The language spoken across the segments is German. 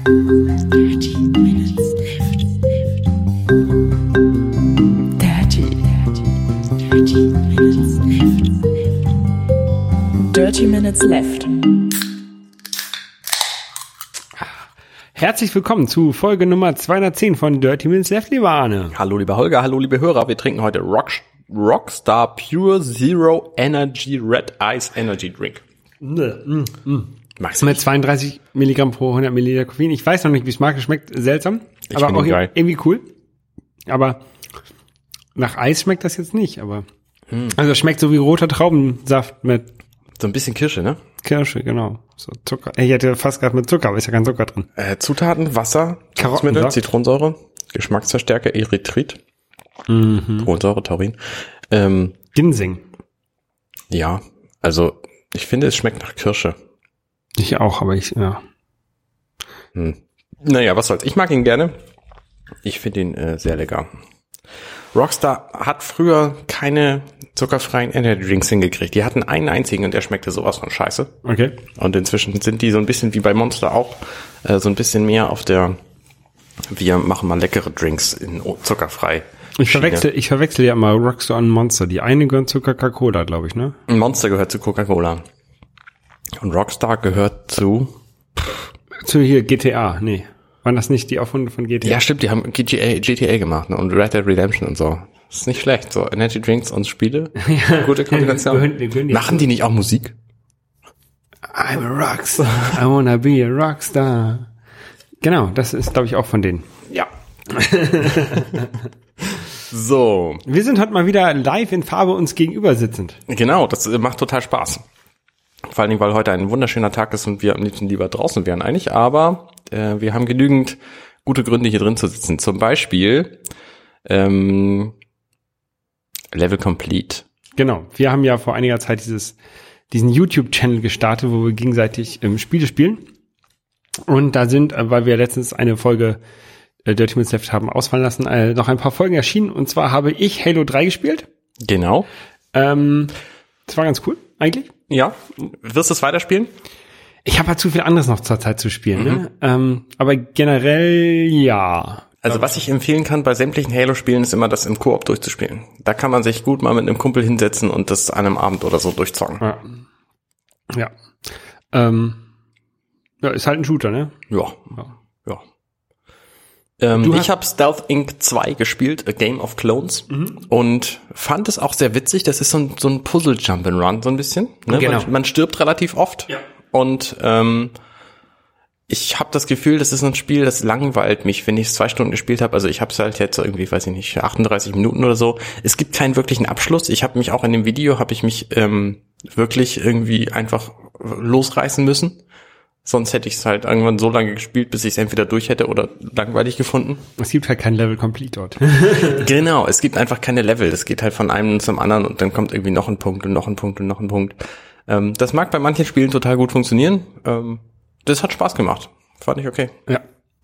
Dirty Minutes Left. Dirty Minutes Left. Herzlich willkommen zu Folge Nummer 210 von Dirty Minutes Left, lieber Arne. Hallo lieber Holger, hallo liebe Hörer, wir trinken heute Rockstar Pure Zero Energy Red Ice Energy Drink. Magst du Mit 32 Milligramm pro 100 Milliliter Koffein. Ich weiß noch nicht, wie es schmeckt. Schmeckt seltsam, aber auch irgendwie cool. Aber nach Eis schmeckt das jetzt nicht. Aber also es schmeckt so wie roter Traubensaft mit so ein bisschen Kirsche, ne? Kirsche, genau. So Zucker. Ich hätte fast gerade mit Zucker, aber ist ja kein Zucker drin. Zutaten: Wasser, Karottenmittel, Zitronensäure, Geschmacksverstärker, Erythrit, Kohlensäure, Taurin. Ginseng. Ja, also ich finde, es schmeckt nach Kirsche. Ich auch, aber Naja, was soll's. Ich mag ihn gerne. Ich finde ihn sehr lecker. Rockstar hat früher keine zuckerfreien Energy Drinks hingekriegt. Die hatten einen einzigen und der schmeckte sowas von scheiße. Okay. Und inzwischen sind die so ein bisschen wie bei Monster auch, so ein bisschen mehr auf der, wir machen mal leckere Drinks in zuckerfrei. Ich verwechsel ja immer Rockstar und Monster. Die eine gehört zu Coca-Cola, glaube ich, ne? Monster gehört zu Coca-Cola. Und Rockstar gehört zu hier GTA, nee. Waren das nicht die Erfundungen von GTA? Ja, stimmt, die haben GTA gemacht, ne? Und Red Dead Redemption und so. Das ist nicht schlecht, so Energy Drinks und Spiele. Ja. Gute Kombination. Machen die nicht auch Musik? I'm a Rockstar, I wanna be a Rockstar. Genau, das ist, glaube ich, auch von denen. Ja. So. Wir sind heute mal wieder live in Farbe uns gegenüber sitzend. Genau, das macht total Spaß. Vor allen Dingen, weil heute ein wunderschöner Tag ist und wir am liebsten lieber draußen wären eigentlich. Aber wir haben genügend gute Gründe, hier drin zu sitzen. Zum Beispiel Level Complete. Genau, wir haben ja vor einiger Zeit diesen YouTube-Channel gestartet, wo wir gegenseitig Spiele spielen. Und da sind, weil wir letztens eine Folge Dirty Minutes Left haben ausfallen lassen, noch ein paar Folgen erschienen. Und zwar habe ich Halo 3 gespielt. Genau. Das war ganz cool, eigentlich. Ja. Wirst du es weiterspielen? Ich habe halt zu viel anderes noch zur Zeit zu spielen. Ne? Aber generell ja. Also was ich empfehlen kann bei sämtlichen Halo-Spielen ist immer, das im Koop durchzuspielen. Da kann man sich gut mal mit einem Kumpel hinsetzen und das an einem Abend oder so durchzocken. Ja. Ja, ist halt ein Shooter, ne? Ja. Ich habe Stealth Inc. 2 gespielt, A Game of Clones, und fand es auch sehr witzig. Das ist so ein Puzzle-Jump-and-Run, so ein bisschen. Ne? Genau. Man stirbt relativ oft. Ja. Und ich habe das Gefühl, das ist ein Spiel, das langweilt mich, wenn ich es 2 Stunden gespielt habe. Also ich habe es halt jetzt irgendwie, weiß ich nicht, 38 Minuten oder so. Es gibt keinen wirklichen Abschluss. Ich habe mich auch in dem Video, wirklich irgendwie einfach losreißen müssen. Sonst hätte ich es halt irgendwann so lange gespielt, bis ich es entweder durch hätte oder langweilig gefunden. Es gibt halt kein Level Complete dort. Genau, es gibt einfach keine Level. Das geht halt von einem zum anderen und dann kommt irgendwie noch ein Punkt und noch ein Punkt und noch ein Punkt. Das mag bei manchen Spielen total gut funktionieren. Das hat Spaß gemacht. Fand ich okay. Ja.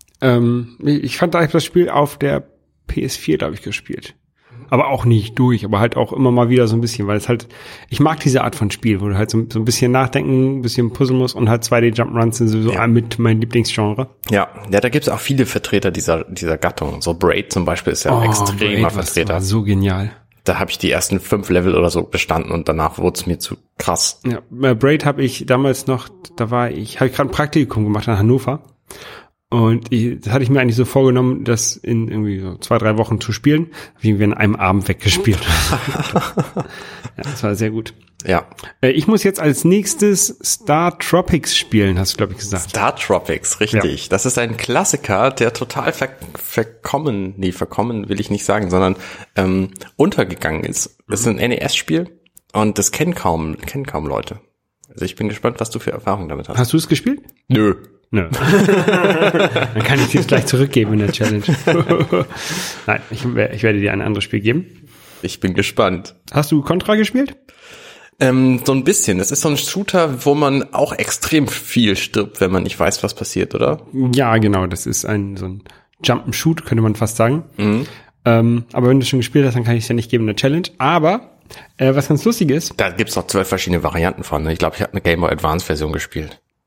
Ich fand das Spiel auf der PS4, glaube ich, gespielt. Aber auch nicht durch, aber halt auch immer mal wieder so ein bisschen, weil es halt, ich mag diese Art von Spiel, wo du halt so ein bisschen nachdenken, ein bisschen puzzeln musst und halt 2D-Jump-Runs sind sowieso mit mein Lieblingsgenre. Ja, da gibt's auch viele Vertreter dieser Gattung. So Braid zum Beispiel ist ja ein extremer Vertreter. Das war so genial. Da habe ich die ersten 5 Level oder so bestanden und danach wurde es mir zu krass. Ja, Braid habe ich damals noch, habe ich gerade ein Praktikum gemacht in Hannover. Und das hatte ich mir eigentlich so vorgenommen, das in irgendwie so 2-3 Wochen zu spielen. Habe ich in einem Abend weggespielt. Ja, das war sehr gut. Ja. Ich muss jetzt als nächstes Star Tropics spielen, hast du, glaube ich, gesagt. Star Tropics, richtig. Ja. Das ist ein Klassiker, der total verkommen will ich nicht sagen, sondern untergegangen ist. Das ist ein NES-Spiel und das kennen kaum Leute. Also ich bin gespannt, was du für Erfahrungen damit hast. Hast du es gespielt? Nö. Dann kann ich dir es gleich zurückgeben in der Challenge. Nein, ich werde dir ein anderes Spiel geben. Ich bin gespannt. Hast du Contra gespielt? So ein bisschen. Das ist so ein Shooter, wo man auch extrem viel stirbt, wenn man nicht weiß, was passiert, oder? Ja, genau. Das ist so ein Jump-and-Shoot, könnte man fast sagen. Aber wenn du schon gespielt hast, dann kann ich es ja nicht geben in der Challenge. Aber was ganz lustig ist. Da gibt's noch 12 verschiedene Varianten von. Ich glaube, ich habe eine Game Boy Advance Version gespielt.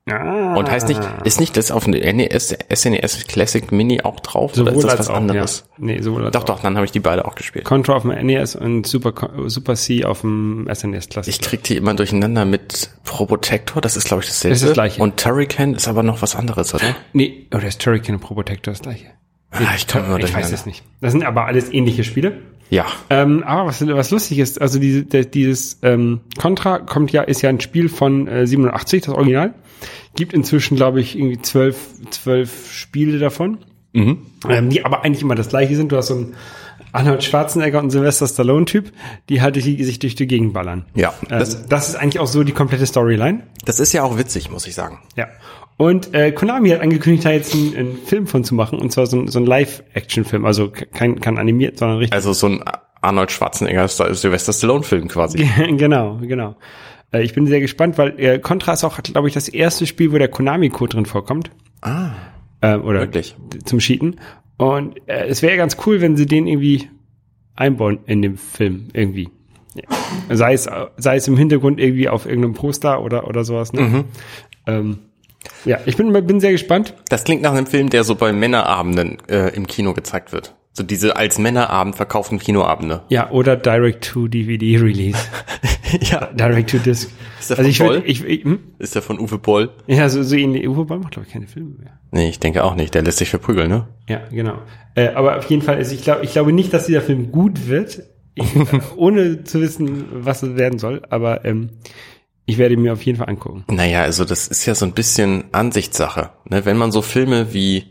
Und ist nicht das auf dem SNES Classic Mini auch drauf? Sowohl oder ist das als was auch, anderes? Ja. Nee, sowohl als Doch, auch. dann habe ich die beide auch gespielt. Contra auf dem NES und Super C auf dem SNES Classic. Ich krieg die immer durcheinander mit Probotector, das ist glaube ich dasselbe. Das ist das Gleiche. Und Turrican ist aber noch was anderes, oder? Nee, das ist Turrican und Probotector das Gleiche. Ich komme immer Ich weiß durcheinander. es nicht. Das sind aber alles ähnliche Spiele. Ja. Aber was lustig ist, also dieses Contra ist ja ein Spiel von 87, das Original. Gibt inzwischen, glaube ich, irgendwie 12 Spiele davon, die aber eigentlich immer das gleiche sind. Du hast so einen Arnold Schwarzenegger und einen Sylvester Stallone-Typ, die halt sich durch die Gegend ballern. Ja. Das ist eigentlich auch so die komplette Storyline. Das ist ja auch witzig, muss ich sagen. Ja. Und Konami hat angekündigt, da jetzt einen Film von zu machen, und zwar so ein Live-Action-Film, also kein animiert, sondern richtig. Also so ein Arnold Schwarzenegger Sylvester Stallone-Film quasi. Genau. Ich bin sehr gespannt, weil Contra ist auch, glaube ich, das erste Spiel, wo der Konami-Code drin vorkommt. Oder wirklich? Zum Cheaten. Und es wäre ganz cool, wenn sie den irgendwie einbauen in dem Film irgendwie. Ja. Sei es im Hintergrund irgendwie auf irgendeinem Poster oder sowas. Ne? Ja, ich bin sehr gespannt. Das klingt nach einem Film, der so bei Männerabenden im Kino gezeigt wird. So diese als Männerabend verkauften Kinoabende. Ja, oder Direct-to-DVD-Release. Ja. Direct-to-Disc. Ist der von Boll? Hm? Ist der von Uwe Boll? Ja, so ähnlich. Uwe Boll macht, glaube ich, keine Filme mehr. Nee, ich denke auch nicht. Der lässt sich verprügeln, ne? Ja, genau. Aber auf jeden Fall, ich glaube nicht, dass dieser Film gut wird, ohne zu wissen, was es werden soll. Aber ich werde ihn mir auf jeden Fall angucken. Naja, also das ist ja so ein bisschen Ansichtssache. Ne? Wenn man so Filme wie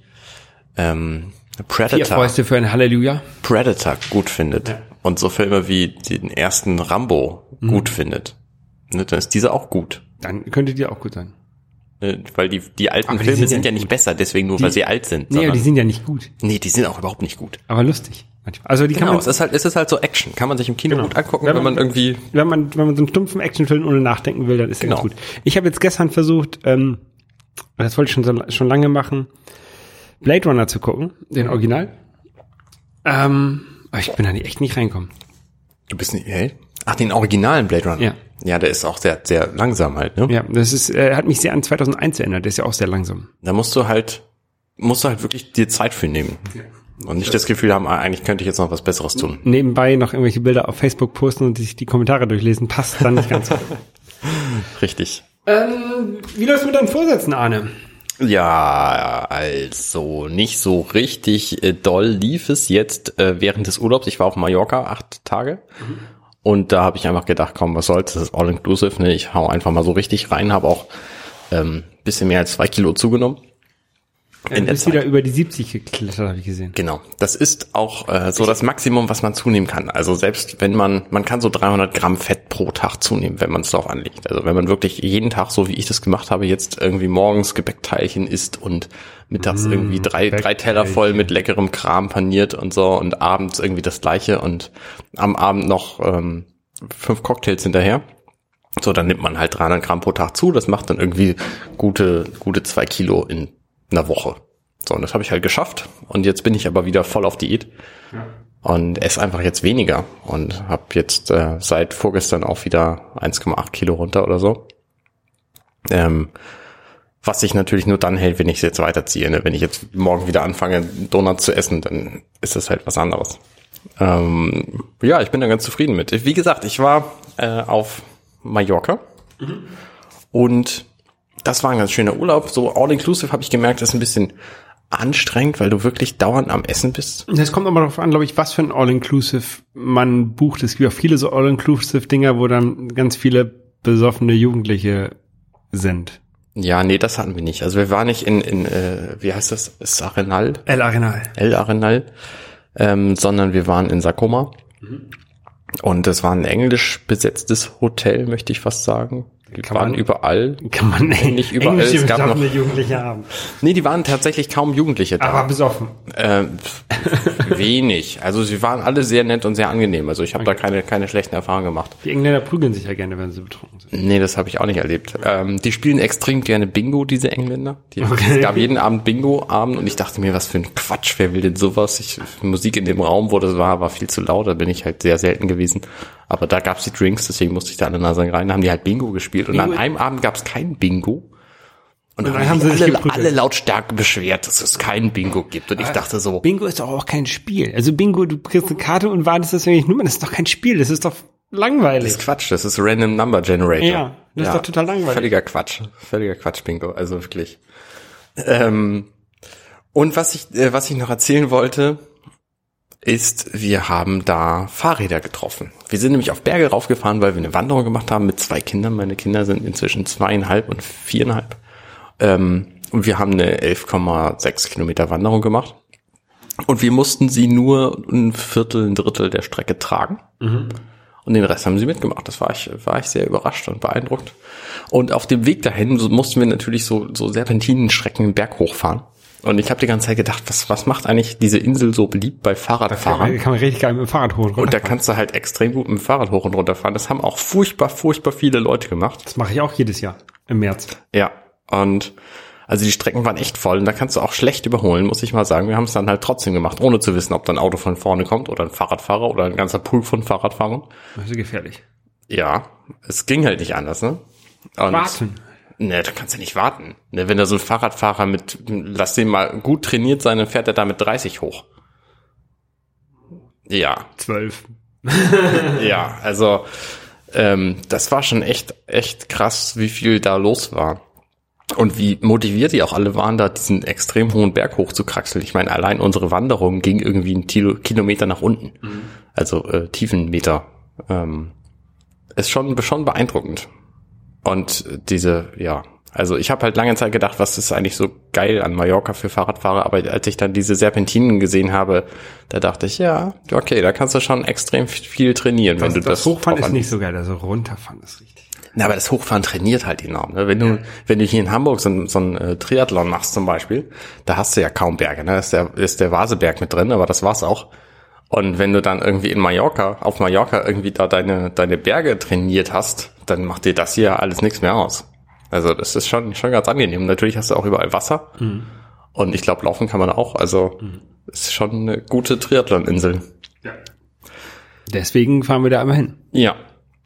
Vier Fäuste für ein Halleluja. Predator gut findet und so Filme wie den ersten Rambo gut findet, ne, dann ist dieser auch gut. Dann könnte die auch gut sein. Weil die alten aber Filme sind ja nicht besser, deswegen nur, weil sie alt sind. Nee, aber die sind ja nicht gut. Nee, die sind auch überhaupt nicht gut. Aber lustig. Manchmal. Also die kann man, es ist halt so Action. Kann man sich im Kino gut angucken, wenn man irgendwie... Wenn man so einen stumpfen Actionfilm ohne nachdenken will, dann ist der ganz gut. Ich habe jetzt gestern versucht, das wollte ich schon lange machen, Blade Runner zu gucken, den Original. Aber ich bin da echt nicht reingekommen. Du bist nicht, hey? Ach, den originalen Blade Runner? Ja. Ja, der ist auch sehr, sehr langsam halt, ne? Ja, das ist, hat mich sehr an 2001 erinnert, der ist ja auch sehr langsam. Da musst du halt wirklich dir Zeit für nehmen. Ja. Und nicht das Gefühl haben, eigentlich könnte ich jetzt noch was Besseres tun. Nebenbei noch irgendwelche Bilder auf Facebook posten und sich die Kommentare durchlesen, passt dann nicht ganz so. Richtig. Wie läuft's mit deinen Vorsätzen, Arne? Ja, also nicht so richtig doll lief es jetzt während des Urlaubs. Ich war auf Mallorca 8 Tage und da habe ich einfach gedacht, komm, was soll's, das ist all inclusive, ne? Ich hau einfach mal so richtig rein, habe auch bisschen mehr als 2 Kilo zugenommen. Du bist wieder über die 70 geklettert, habe ich gesehen. Genau, das ist auch so das Maximum, was man zunehmen kann. Also selbst wenn man kann so 300 Gramm Fett pro Tag zunehmen, wenn man es darauf anlegt. Also wenn man wirklich jeden Tag, so wie ich das gemacht habe, jetzt irgendwie morgens Gebäckteilchen isst und mittags irgendwie drei Teller voll mit leckerem Kram paniert und so und abends irgendwie das Gleiche und am Abend noch 5 Cocktails hinterher. So, dann nimmt man halt 300 Gramm pro Tag zu. Das macht dann irgendwie gute 2 Kilo in einer Woche. So, und das habe ich halt geschafft. Und jetzt bin ich aber wieder voll auf Diät und esse einfach jetzt weniger und habe jetzt seit vorgestern auch wieder 1,8 Kilo runter oder so. Was sich natürlich nur dann hält, wenn ich es jetzt weiterziehe. Ne? Wenn ich jetzt morgen wieder anfange, Donuts zu essen, dann ist das halt was anderes. Ja, ich bin da ganz zufrieden mit. Wie gesagt, ich war auf Mallorca und das war ein ganz schöner Urlaub. So all-inclusive habe ich gemerkt, ist ein bisschen anstrengend, weil du wirklich dauernd am Essen bist. Das kommt aber darauf an, glaube ich, was für ein All-Inclusive man bucht. Es gibt auch viele so All-Inclusive-Dinger, wo dann ganz viele besoffene Jugendliche sind. Ja, nee, das hatten wir nicht. Also wir waren nicht in wie heißt das? Ist Arenal? El Arenal, sondern wir waren in Sakoma. Und das war ein englisch besetztes Hotel, möchte ich fast sagen. Die waren überall. Kann man nicht überall. Es gab noch Jugendliche haben. Nee, die waren tatsächlich kaum Jugendliche da. Aber besoffen. Wenig. Also sie waren alle sehr nett und sehr angenehm. Also ich habe da keine schlechten Erfahrungen gemacht. Die Engländer prügeln sich ja gerne, wenn sie betrunken sind. Nee, das habe ich auch nicht erlebt. Die spielen extrem gerne Bingo, diese Engländer. Es gab jeden Abend Bingo-Abend und ich dachte mir, was für ein Quatsch, wer will denn sowas? Musik in dem Raum, wo das war viel zu laut. Da bin ich halt sehr selten gewesen. Aber da gab's die Drinks, deswegen musste ich da an der Nase rein. Da haben die halt Bingo gespielt und an einem Abend gab's kein Bingo. Und dann haben sie sich alle Lautstärke beschwert, dass es kein Bingo gibt. Und ich dachte so. Bingo ist doch auch kein Spiel. Also Bingo, du kriegst eine Karte und wartest das eigentlich nur, das ist doch kein Spiel, das ist doch langweilig. Das ist Quatsch, das ist Random Number Generator. Ja, das ist doch total langweilig. Völliger Quatsch, Bingo, also wirklich. Und was ich noch erzählen wollte, ist, wir haben da Fahrräder getroffen. Wir sind nämlich auf Berge raufgefahren, weil wir eine Wanderung gemacht haben mit 2 Kindern. Meine Kinder sind inzwischen 2,5 und 4,5. Und wir haben eine 11,6 Kilometer Wanderung gemacht. Und wir mussten sie nur ein Drittel der Strecke tragen. Mhm. Und den Rest haben sie mitgemacht. Das war ich sehr überrascht und beeindruckt. Und auf dem Weg dahin mussten wir natürlich so Serpentinenstrecken den Berg hochfahren. Und ich habe die ganze Zeit gedacht, was macht eigentlich diese Insel so beliebt bei Fahrradfahrern? Da kann man richtig geil mit dem Fahrrad hoch und runter fahren. Und da kannst du halt extrem gut mit dem Fahrrad hoch und runter fahren. Das haben auch furchtbar viele Leute gemacht. Das mache ich auch jedes Jahr im März. Ja, und also die Strecken waren echt voll und da kannst du auch schlecht überholen, muss ich mal sagen. Wir haben es dann halt trotzdem gemacht, ohne zu wissen, ob da ein Auto von vorne kommt oder ein Fahrradfahrer oder ein ganzer Pool von Fahrradfahrern. Das ist gefährlich. Ja, es ging halt nicht anders, ne? Und warten. Ne, da kannst du nicht warten. Ne, wenn da so ein Fahrradfahrer lass den mal gut trainiert sein, dann fährt er da mit 30 hoch. Ja. 12. Ja, also das war schon echt krass, wie viel da los war. Und wie motiviert die auch alle waren, da diesen extrem hohen Berg hoch zu kraxeln. Ich meine, allein unsere Wanderung ging irgendwie einen Kilometer nach unten. Mhm. Also Tiefenmeter. Ist schon beeindruckend. Und also ich habe halt lange Zeit gedacht, was ist eigentlich so geil an Mallorca für Fahrradfahrer, aber als ich dann diese Serpentinen gesehen habe, da dachte ich, ja, okay, da kannst du schon extrem viel trainieren, wenn du das Hochfahren ist nicht so geil, also runterfahren ist richtig. Na, aber das Hochfahren trainiert halt enorm, ne? Wenn du hier in Hamburg so ein Triathlon machst zum Beispiel, da hast du ja kaum Berge, ne? Da ist der Vaseberg mit drin, aber das war's auch. Und wenn du dann irgendwie auf Mallorca irgendwie da deine Berge trainiert hast, dann macht dir das hier alles nichts mehr aus. Also das ist schon ganz angenehm. Natürlich hast du auch überall Wasser. Mhm. Und ich glaube, laufen kann man auch. Also ist schon eine gute Triathlon-Insel. Ja. Deswegen fahren wir da einmal hin. Ja.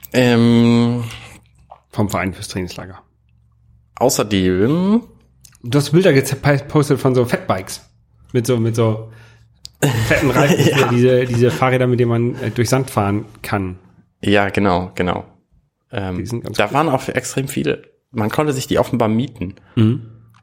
Vom Verein fürs Trainingslager. Außerdem. Du hast Bilder gepostet von so Fatbikes. Mit so fetten Reifen. Ja. Diese Fahrräder, mit denen man durch Sand fahren kann. Ja, genau. Da cool. waren auch extrem viele. Man konnte sich die offenbar mieten. Mhm.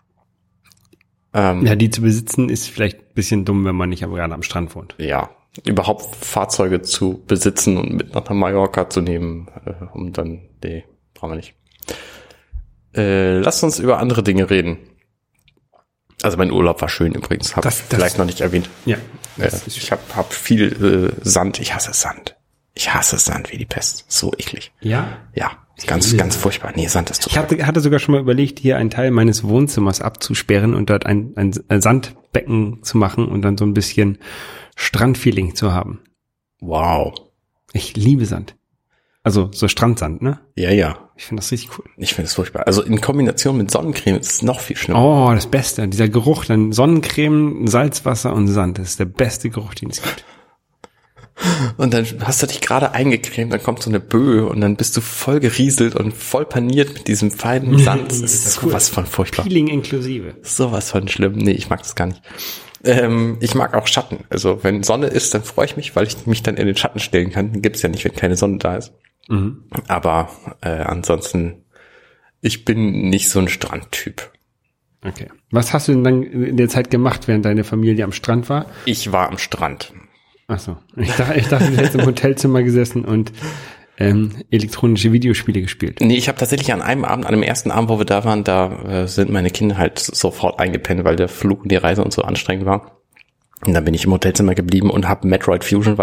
Die zu besitzen ist vielleicht ein bisschen dumm, wenn man nicht gerade am Strand wohnt. Ja, überhaupt Fahrzeuge zu besitzen und mit nach Mallorca zu nehmen, brauchen wir nicht. Lasst uns über andere Dinge reden. Also mein Urlaub war schön übrigens, habe vielleicht noch nicht erwähnt. Ja. Ich hab viel Sand. Ich hasse Sand. Ich hasse Sand wie die Pest. So eklig. Ja? Ja, ganz furchtbar. Nee, Sand ist total. Ich hatte sogar schon mal überlegt, hier einen Teil meines Wohnzimmers abzusperren und dort ein Sandbecken zu machen und dann so ein bisschen Strandfeeling zu haben. Wow. Ich liebe Sand. Also so Strandsand, ne? Ja. Ich finde das richtig cool. Ich finde es furchtbar. Also in Kombination mit Sonnencreme ist es noch viel schlimmer. Oh, das Beste. Dieser Geruch, dann Sonnencreme, Salzwasser und Sand. Das ist der beste Geruch, den es gibt. Und dann hast du dich gerade eingecremt, dann kommt so eine Böe und dann bist du voll gerieselt und voll paniert mit diesem feinen Sand. Das ist sowas von furchtbar. Peeling inklusive. Sowas von schlimm. Nee, ich mag das gar nicht. Ich mag auch Schatten. Also wenn Sonne ist, dann freue ich mich, weil ich mich dann in den Schatten stellen kann. Den gibt's ja nicht, wenn keine Sonne da ist. Mhm. Aber ansonsten, ich bin nicht so ein Strandtyp. Okay. Was hast du denn dann in der Zeit gemacht, während deine Familie am Strand war? Ich war am Strand. Ach so. Ich dachte, du hättest im Hotelzimmer gesessen und elektronische Videospiele gespielt. Nee, ich habe tatsächlich an dem ersten Abend, wo wir da waren, da sind meine Kinder halt sofort eingepennt, weil der Flug und die Reise und so anstrengend war. Und dann bin ich im Hotelzimmer geblieben und habe Metroid Fusion,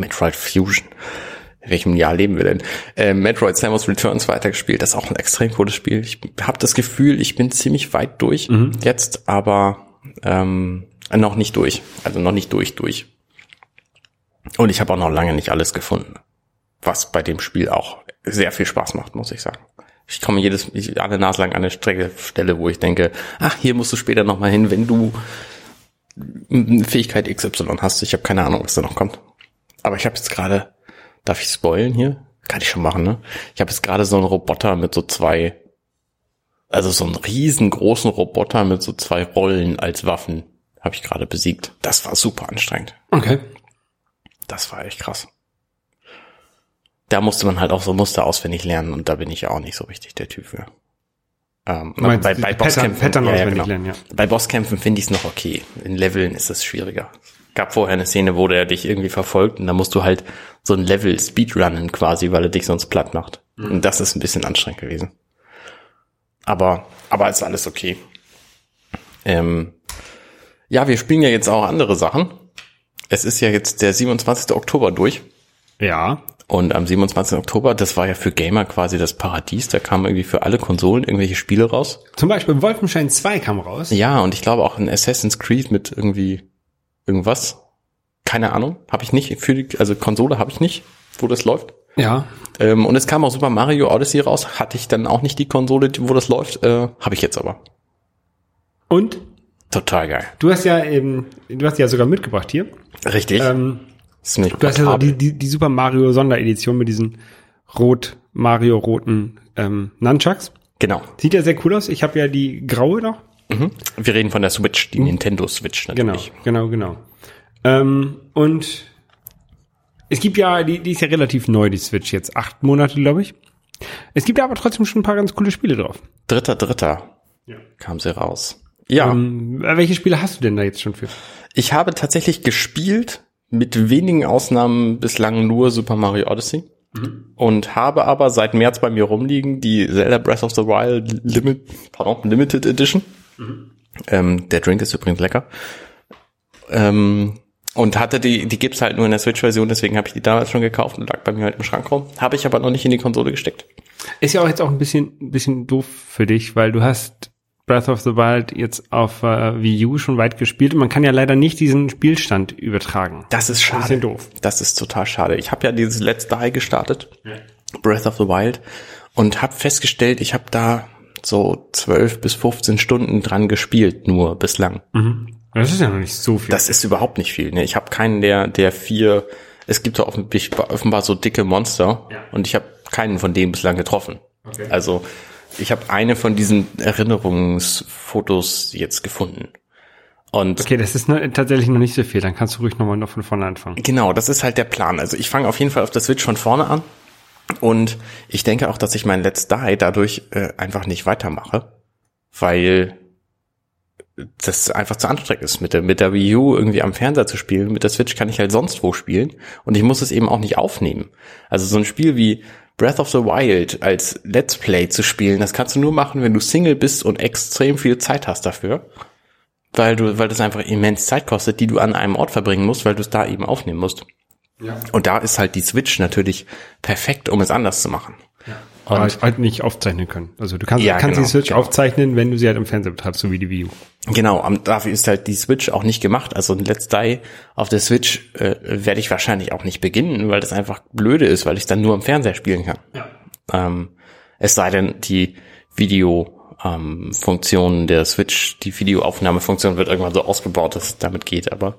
in welchem Jahr leben wir denn? Metroid Samus Returns weitergespielt. Das ist auch ein extrem cooles Spiel. Ich habe das Gefühl, ich bin ziemlich weit durch jetzt, aber noch nicht durch. Also noch nicht durch. Und ich habe auch noch lange nicht alles gefunden, was bei dem Spiel auch sehr viel Spaß macht, muss ich sagen. Ich komme alle Nase lang an eine Stelle, wo ich denke, hier musst du später nochmal hin, wenn du Fähigkeit XY hast. Ich habe keine Ahnung, was da noch kommt. Aber ich habe jetzt gerade, darf ich spoilen hier? Kann ich schon machen, ne? Ich habe jetzt gerade so einen Roboter mit so 2 Also so einen riesengroßen Roboter mit so 2 Rollen als Waffen habe ich gerade besiegt. Das war super anstrengend. Okay. Das war echt krass. Da musste man halt auch so Muster auswendig lernen und da bin ich ja auch nicht so richtig der Typ für. Bei Bosskämpfen, Pattern auswendig genau. lernen, ja. Bei Bosskämpfen finde ich es noch okay. In Leveln ist es schwieriger. Gab vorher eine Szene, wo der dich irgendwie verfolgt und da musst du halt so ein Level speedrunnen quasi, weil er dich sonst platt macht. Und das ist ein bisschen anstrengend gewesen. Aber ist alles okay. Ja, wir spielen ja jetzt auch andere Sachen. Es ist ja jetzt der 27. Oktober durch. Ja. Und am 27. Oktober, das war ja für Gamer quasi das Paradies. Da kamen irgendwie für alle Konsolen irgendwelche Spiele raus. Zum Beispiel Wolfenstein 2 kam raus. Ja, und ich glaube auch ein Assassin's Creed mit irgendwie irgendwas. Keine Ahnung, habe ich nicht. Also Konsole habe ich nicht, wo das läuft. Ja. Und es kam auch Super Mario Odyssey raus. Hatte ich dann auch nicht die Konsole, wo das läuft. Habe ich jetzt aber. Und? Total geil. Du hast ja sogar mitgebracht hier. Richtig. Du hast ja so die Super Mario Sonderedition mit diesen roten Nunchucks. Genau. Sieht ja sehr cool aus. Ich habe ja die graue noch. Mhm. Wir reden von der Switch, die Nintendo Switch natürlich. Genau. Und es gibt ja, die ist ja relativ neu, die Switch jetzt. 8 Monate, glaube ich. Es gibt aber trotzdem schon ein paar ganz coole Spiele drauf. 3.3. Ja. Kam sie raus. Ja. Welche Spiele hast du denn da jetzt schon für? Ich habe tatsächlich gespielt, mit wenigen Ausnahmen bislang nur Super Mario Odyssey. Und habe aber seit März bei mir rumliegen die Zelda Breath of the Wild Limited Edition. Der Drink ist übrigens lecker. Und hatte die gibt's halt nur in der Switch-Version, deswegen habe ich die damals schon gekauft und lag bei mir halt im Schrank rum. Habe ich aber noch nicht in die Konsole gesteckt. Ist ja auch jetzt auch ein bisschen doof für dich, weil du hast Breath of the Wild jetzt auf Wii U schon weit gespielt und man kann ja leider nicht diesen Spielstand übertragen. Das ist schade. Das ist doof. Das ist total schade. Ich habe ja dieses Let's Die gestartet, Breath of the Wild, und habe festgestellt, ich habe da so 12 bis 15 Stunden dran gespielt, nur bislang. Das ist ja noch nicht so viel. Das ist überhaupt nicht viel. Ne? Ich habe keinen der 4, es gibt ja offenbar so dicke Monster, und ich habe keinen von denen bislang getroffen. Okay. Also ich habe eine von diesen Erinnerungsfotos jetzt gefunden. Und okay, das ist tatsächlich noch nicht so viel. Dann kannst du ruhig noch von vorne anfangen. Genau, das ist halt der Plan. Also ich fange auf jeden Fall auf der Switch von vorne an. Und ich denke auch, dass ich mein Let's Die dadurch einfach nicht weitermache, weil das einfach zu anstrengend ist, mit der Wii U irgendwie am Fernseher zu spielen. Mit der Switch kann ich halt sonst wo spielen und ich muss es eben auch nicht aufnehmen. Also so ein Spiel wie Breath of the Wild als Let's Play zu spielen, das kannst du nur machen, wenn du Single bist und extrem viel Zeit hast dafür, weil das einfach immens Zeit kostet, die du an einem Ort verbringen musst, weil du es da eben aufnehmen musst. Ja. Und da ist halt die Switch natürlich perfekt, um es anders zu machen. Ja. Und halt nicht aufzeichnen können. Also du kannst genau, die Switch aufzeichnen, wenn du sie halt im Fernseher betreibst, so wie die Wii U. Genau, dafür ist halt die Switch auch nicht gemacht. Also ein Let's Die auf der Switch werde ich wahrscheinlich auch nicht beginnen, weil das einfach blöde ist, weil ich es dann nur am Fernseher spielen kann. Ja. Es sei denn, die Video-Funktion der Switch, die Videoaufnahmefunktion wird irgendwann so ausgebaut, dass es damit geht. Aber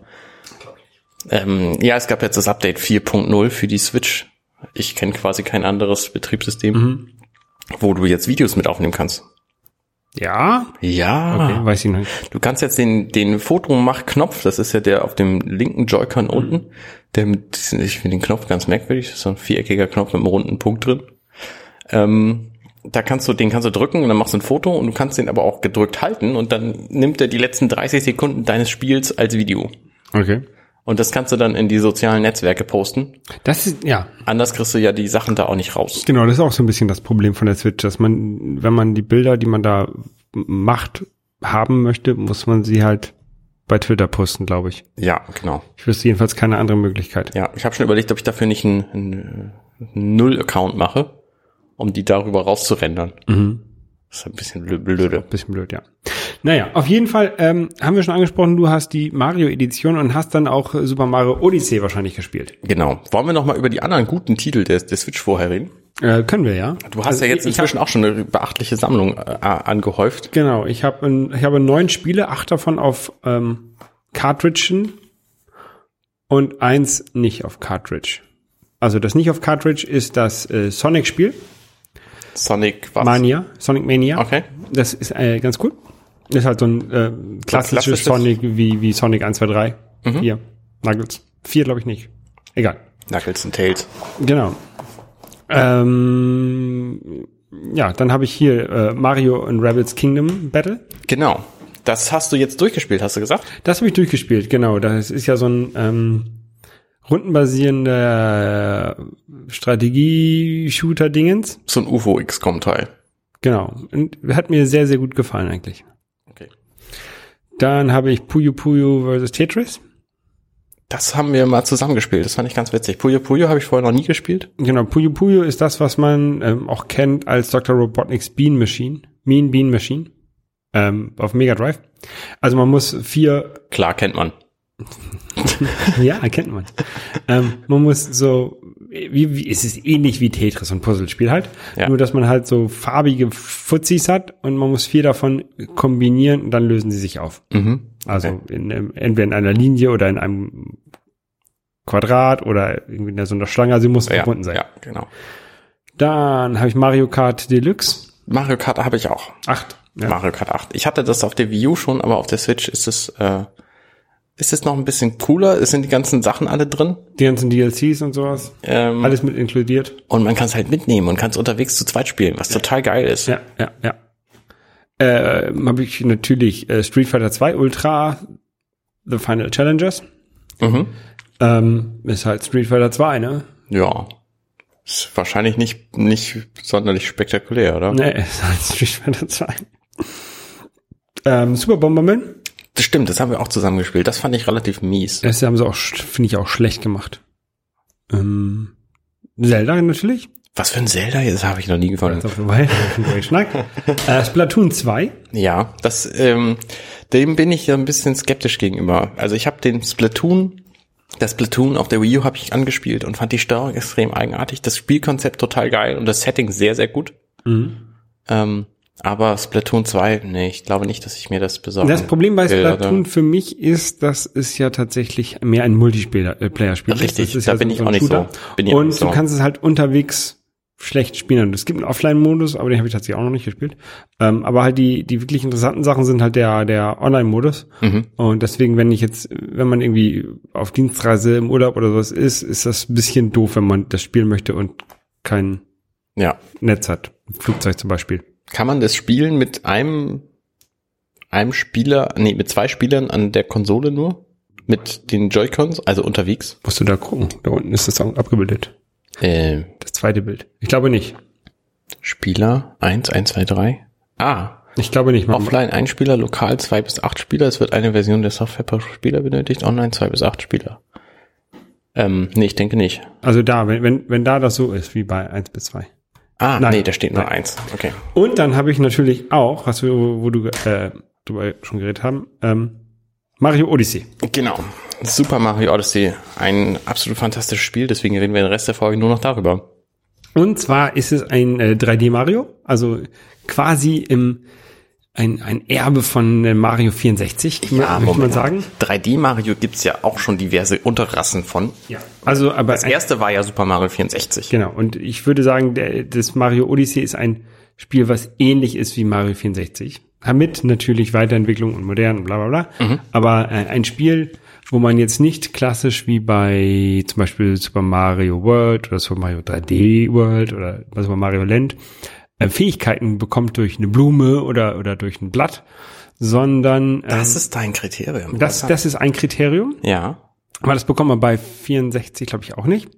es gab jetzt das Update 4.0 für die Switch. Ich kenne quasi kein anderes Betriebssystem, wo du jetzt Videos mit aufnehmen kannst. Ja? Ja. Okay, weiß ich noch nicht. Du kannst jetzt den Fotomach-Knopf, das ist ja der auf dem linken Joy-Con unten, ich finde den Knopf ganz merkwürdig, das ist so ein viereckiger Knopf mit einem runden Punkt drin. Den kannst du drücken und dann machst du ein Foto und du kannst den aber auch gedrückt halten und dann nimmt er die letzten 30 Sekunden deines Spiels als Video. Okay. Und das kannst du dann in die sozialen Netzwerke posten. Das ist, ja. Anders kriegst du ja die Sachen da auch nicht raus. Genau, das ist auch so ein bisschen das Problem von der Switch, dass man, wenn man die Bilder, die man da macht, haben möchte, muss man sie halt bei Twitter posten, glaube ich. Ja, genau. Ich wüsste jedenfalls keine andere Möglichkeit. Ja, ich habe schon überlegt, ob ich dafür nicht einen Null-Account mache, um die darüber rauszurendern. Das ist ein bisschen blöde. Bisschen blöd, ja. Naja, auf jeden Fall haben wir schon angesprochen, du hast die Mario-Edition und hast dann auch Super Mario Odyssey wahrscheinlich gespielt. Genau. Wollen wir noch mal über die anderen guten Titel der Switch vorher reden? Können wir, ja. Du hast ja jetzt inzwischen auch schon eine beachtliche Sammlung angehäuft. Genau, ich habe 9 Spiele, 8 davon auf Cartridgen und 1 nicht auf Cartridge. Also das nicht auf Cartridge ist das Sonic-Spiel. Sonic was? Sonic Mania. Okay. Das ist ganz cool. Das ist halt so ein klassisches Sonic wie Sonic 1, 2, 3. 4. Knuckles. 4 glaube ich nicht. Egal. Knuckles und Tails. Genau. Ja, dann habe ich hier Mario and Rabbids Kingdom Battle. Genau. Das hast du jetzt durchgespielt, hast du gesagt? Das habe ich durchgespielt, genau. Das ist ja so ein rundenbasierender Strategie-Shooter-Dingens. So ein UFO-XCOM-Teil. Genau. Und hat mir sehr, sehr gut gefallen eigentlich. Okay. Dann habe ich Puyo Puyo vs. Tetris. Das haben wir mal zusammengespielt. Das fand ich ganz witzig. Puyo Puyo habe ich vorher noch nie gespielt. Genau, Puyo Puyo ist das, was man auch kennt als Dr. Robotnik's Bean Machine. Mean Bean Machine. Auf Mega Drive. Also man muss 4... Klar, kennt man. Ja, kennt man. Man muss so... es ist ähnlich wie Tetris, so ein Puzzlespiel halt. Ja. Nur, dass man halt so farbige Fuzis hat und man muss 4 davon kombinieren und dann lösen sie sich auf. Mhm. Also entweder in einer Linie oder in einem Quadrat oder irgendwie in so einer Schlange. Also sie muss verbunden sein. Ja, genau. Dann habe ich Mario Kart Deluxe. Mario Kart habe ich auch. 8. Ja. Mario Kart 8. Ich hatte das auf der Wii U schon, aber auf der Switch ist es noch ein bisschen cooler. Es sind die ganzen Sachen alle drin. Die ganzen DLCs und sowas. Alles mit inkludiert. Und man kann es halt mitnehmen und kann es unterwegs zu zweit spielen, was total geil ist. Ja. Habe ich natürlich Street Fighter 2 Ultra The Final Challengers. Ist halt Street Fighter 2, ne? Ja. Ist wahrscheinlich nicht sonderlich spektakulär, oder? Nee, ist halt Street Fighter 2. Super Bomberman. Das stimmt, das haben wir auch zusammen gespielt. Das fand ich relativ mies. Das haben sie auch, finde ich, auch schlecht gemacht. Zelda natürlich. Was für ein Zelda? Das habe ich noch nie gefunden. Splatoon 2. Ja, dem bin ich ja ein bisschen skeptisch gegenüber. Also ich habe das Splatoon auf der Wii U habe ich angespielt und fand die Steuerung extrem eigenartig. Das Spielkonzept total geil und das Setting sehr, sehr gut. Aber Splatoon 2, nee, ich glaube nicht, dass ich mir das besorge. Das Problem bei Splatoon für mich ist, dass es ja tatsächlich mehr ein Multiplayer-Spiel ist. Richtig, ist da ja bin ich auch nicht so. Und du kannst es halt unterwegs schlecht spielen. Es gibt einen Offline-Modus, aber den habe ich tatsächlich auch noch nicht gespielt. Aber halt die wirklich interessanten Sachen sind halt der Online-Modus. Und deswegen, wenn man irgendwie auf Dienstreise im Urlaub oder sowas ist das ein bisschen doof, wenn man das spielen möchte und kein Netz hat. Flugzeug zum Beispiel. Kann man das spielen mit einem Spieler, mit 2 Spielern an der Konsole nur? Mit den Joy-Cons, also unterwegs? Musst du da gucken. Da unten ist das abgebildet. Das zweite Bild. Ich glaube nicht. Spieler 1, 2, 3. Ich glaube nicht. Offline 1 Spieler, lokal 2 bis 8 Spieler. Es wird eine Version der Software pro Spieler benötigt. Online 2 bis 8 Spieler. Nee, ich denke nicht. Also da, wenn da das so ist, wie bei 1 bis 2. Nein, nee, da steht nur 1. Okay. Und dann habe ich natürlich auch, wo du drüber schon geredet haben, Mario Odyssey. Genau. Super Mario Odyssey. Ein absolut fantastisches Spiel, deswegen reden wir den Rest der Folge nur noch darüber. Und zwar ist es ein 3D Mario, also quasi ein Erbe von Mario 64, möchte man sagen. 3D Mario gibt's ja auch schon diverse Unterrassen von. Ja. Also, aber das erste war ja Super Mario 64. Genau. Und ich würde sagen, das Mario Odyssey ist ein Spiel, was ähnlich ist wie Mario 64. Mit natürlich Weiterentwicklung und modern und bla bla bla. Aber ein Spiel, wo man jetzt nicht klassisch wie bei zum Beispiel Super Mario World oder Super Mario 3D World oder Super Mario Land Fähigkeiten bekommt durch eine Blume oder durch ein Blatt, sondern das ist dein Kriterium. Das ist ein Kriterium. Ja. Aber das bekommt man bei 64, glaube ich, auch nicht.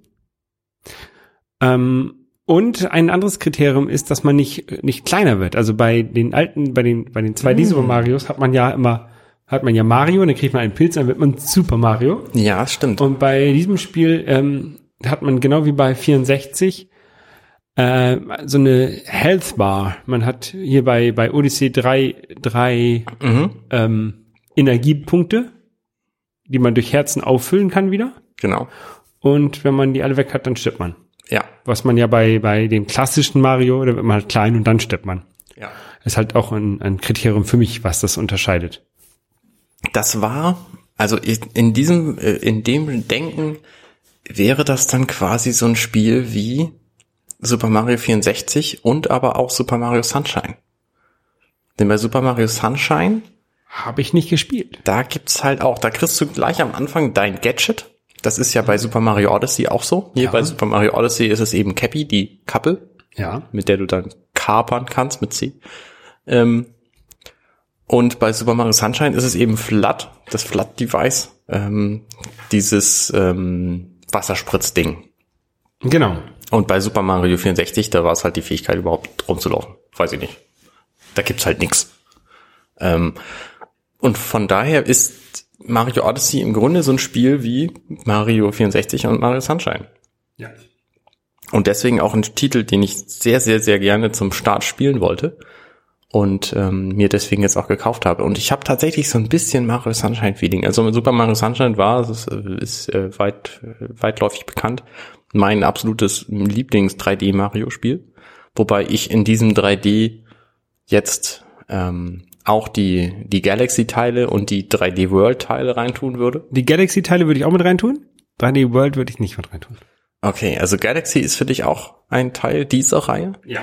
Und ein anderes Kriterium ist, dass man nicht kleiner wird. Also bei den 2D Super Marios hat man ja Mario, und dann kriegt man einen Pilz, dann wird man Super Mario. Ja, stimmt. Und bei diesem Spiel hat man genau wie bei 64 so eine Health Bar. Man hat hier bei Odyssey drei Energiepunkte, die man durch Herzen auffüllen kann wieder. Genau. Und wenn man die alle weg hat, dann stirbt man. Ja. Was man ja bei dem klassischen Mario, da wird man halt klein und dann stirbt man. Ja. Ist halt auch ein Kriterium für mich, was das unterscheidet. Das war, also in dem Denken wäre das dann quasi so ein Spiel wie Super Mario 64 und aber auch Super Mario Sunshine. Denn bei Super Mario Sunshine habe ich nicht gespielt. Da gibt's halt auch, da kriegst du gleich am Anfang dein Gadget. Das ist ja bei Super Mario Odyssey auch so. Hier bei Super Mario Odyssey ist es eben Cappy, die Kappe, mit der du dann kapern kannst mit C. Und bei Super Mario Sunshine ist es eben FLUDD, das FLUDD-Device, dieses Wasserspritzding. Genau. Und bei Super Mario 64, da war es halt die Fähigkeit, überhaupt rumzulaufen. Weiß ich nicht. Da gibt's halt nix. Und von daher ist Mario Odyssey im Grunde so ein Spiel wie Mario 64 und Mario Sunshine. Ja. Und deswegen auch ein Titel, den ich sehr, sehr, sehr gerne zum Start spielen wollte und mir deswegen jetzt auch gekauft habe. Und ich habe tatsächlich so ein bisschen Mario Sunshine-Feeling. Also mit Super Mario Sunshine ist weitläufig bekannt, mein absolutes Lieblings-3D-Mario-Spiel. Wobei ich in diesem 3D jetzt auch die Galaxy-Teile und die 3D-World-Teile reintun würde. Die Galaxy-Teile würde ich auch mit reintun. 3D-World würde ich nicht mit reintun. Okay, also Galaxy ist für dich auch ein Teil dieser Reihe? Ja.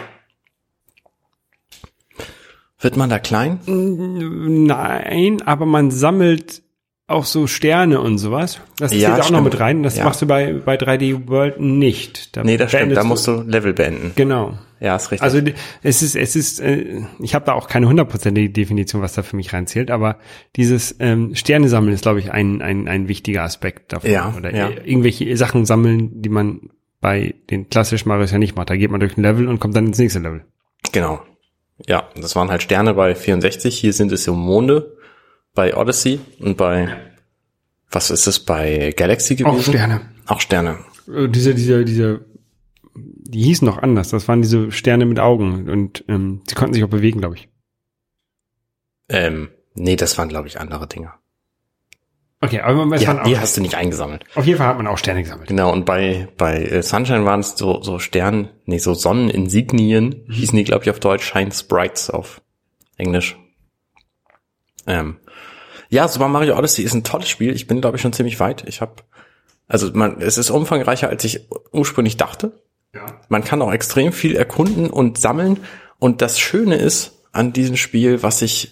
Wird man da klein? Nein, aber man sammelt auch so Sterne und sowas. Das zählt auch noch mit rein. Das machst du bei 3D World nicht. Nee, das stimmt. Da musst du Level beenden. Genau. Ja, ist richtig. Also es ist, ich habe da auch keine 100%ige Definition, was da für mich reinzählt, aber dieses Sterne sammeln ist, glaube ich, ein wichtiger Aspekt davon. Ja, oder irgendwelche Sachen sammeln, die man bei den klassischen Marios ja nicht macht. Da geht man durch ein Level und kommt dann ins nächste Level. Genau. Ja, das waren halt Sterne bei 64. Hier sind es so Monde bei Odyssey und bei, was ist es bei Galaxy gewesen? Auch Sterne. Auch Sterne. Die hießen noch anders. Das waren diese Sterne mit Augen und sie konnten sich auch bewegen, glaube ich. Nee, das waren, glaube ich, andere Dinger. Okay, aber die hast du nicht eingesammelt. Auf jeden Fall hat man auch Sterne gesammelt. Genau, und bei Sunshine waren es so so Sonneninsignien, hießen die, glaube ich, auf Deutsch, Shine Sprites auf Englisch. Ja, Super Mario Odyssey ist ein tolles Spiel. Ich bin, glaube ich, schon ziemlich weit. Es ist umfangreicher, als ich ursprünglich dachte. Ja. Man kann auch extrem viel erkunden und sammeln. Und das Schöne ist an diesem Spiel, was ich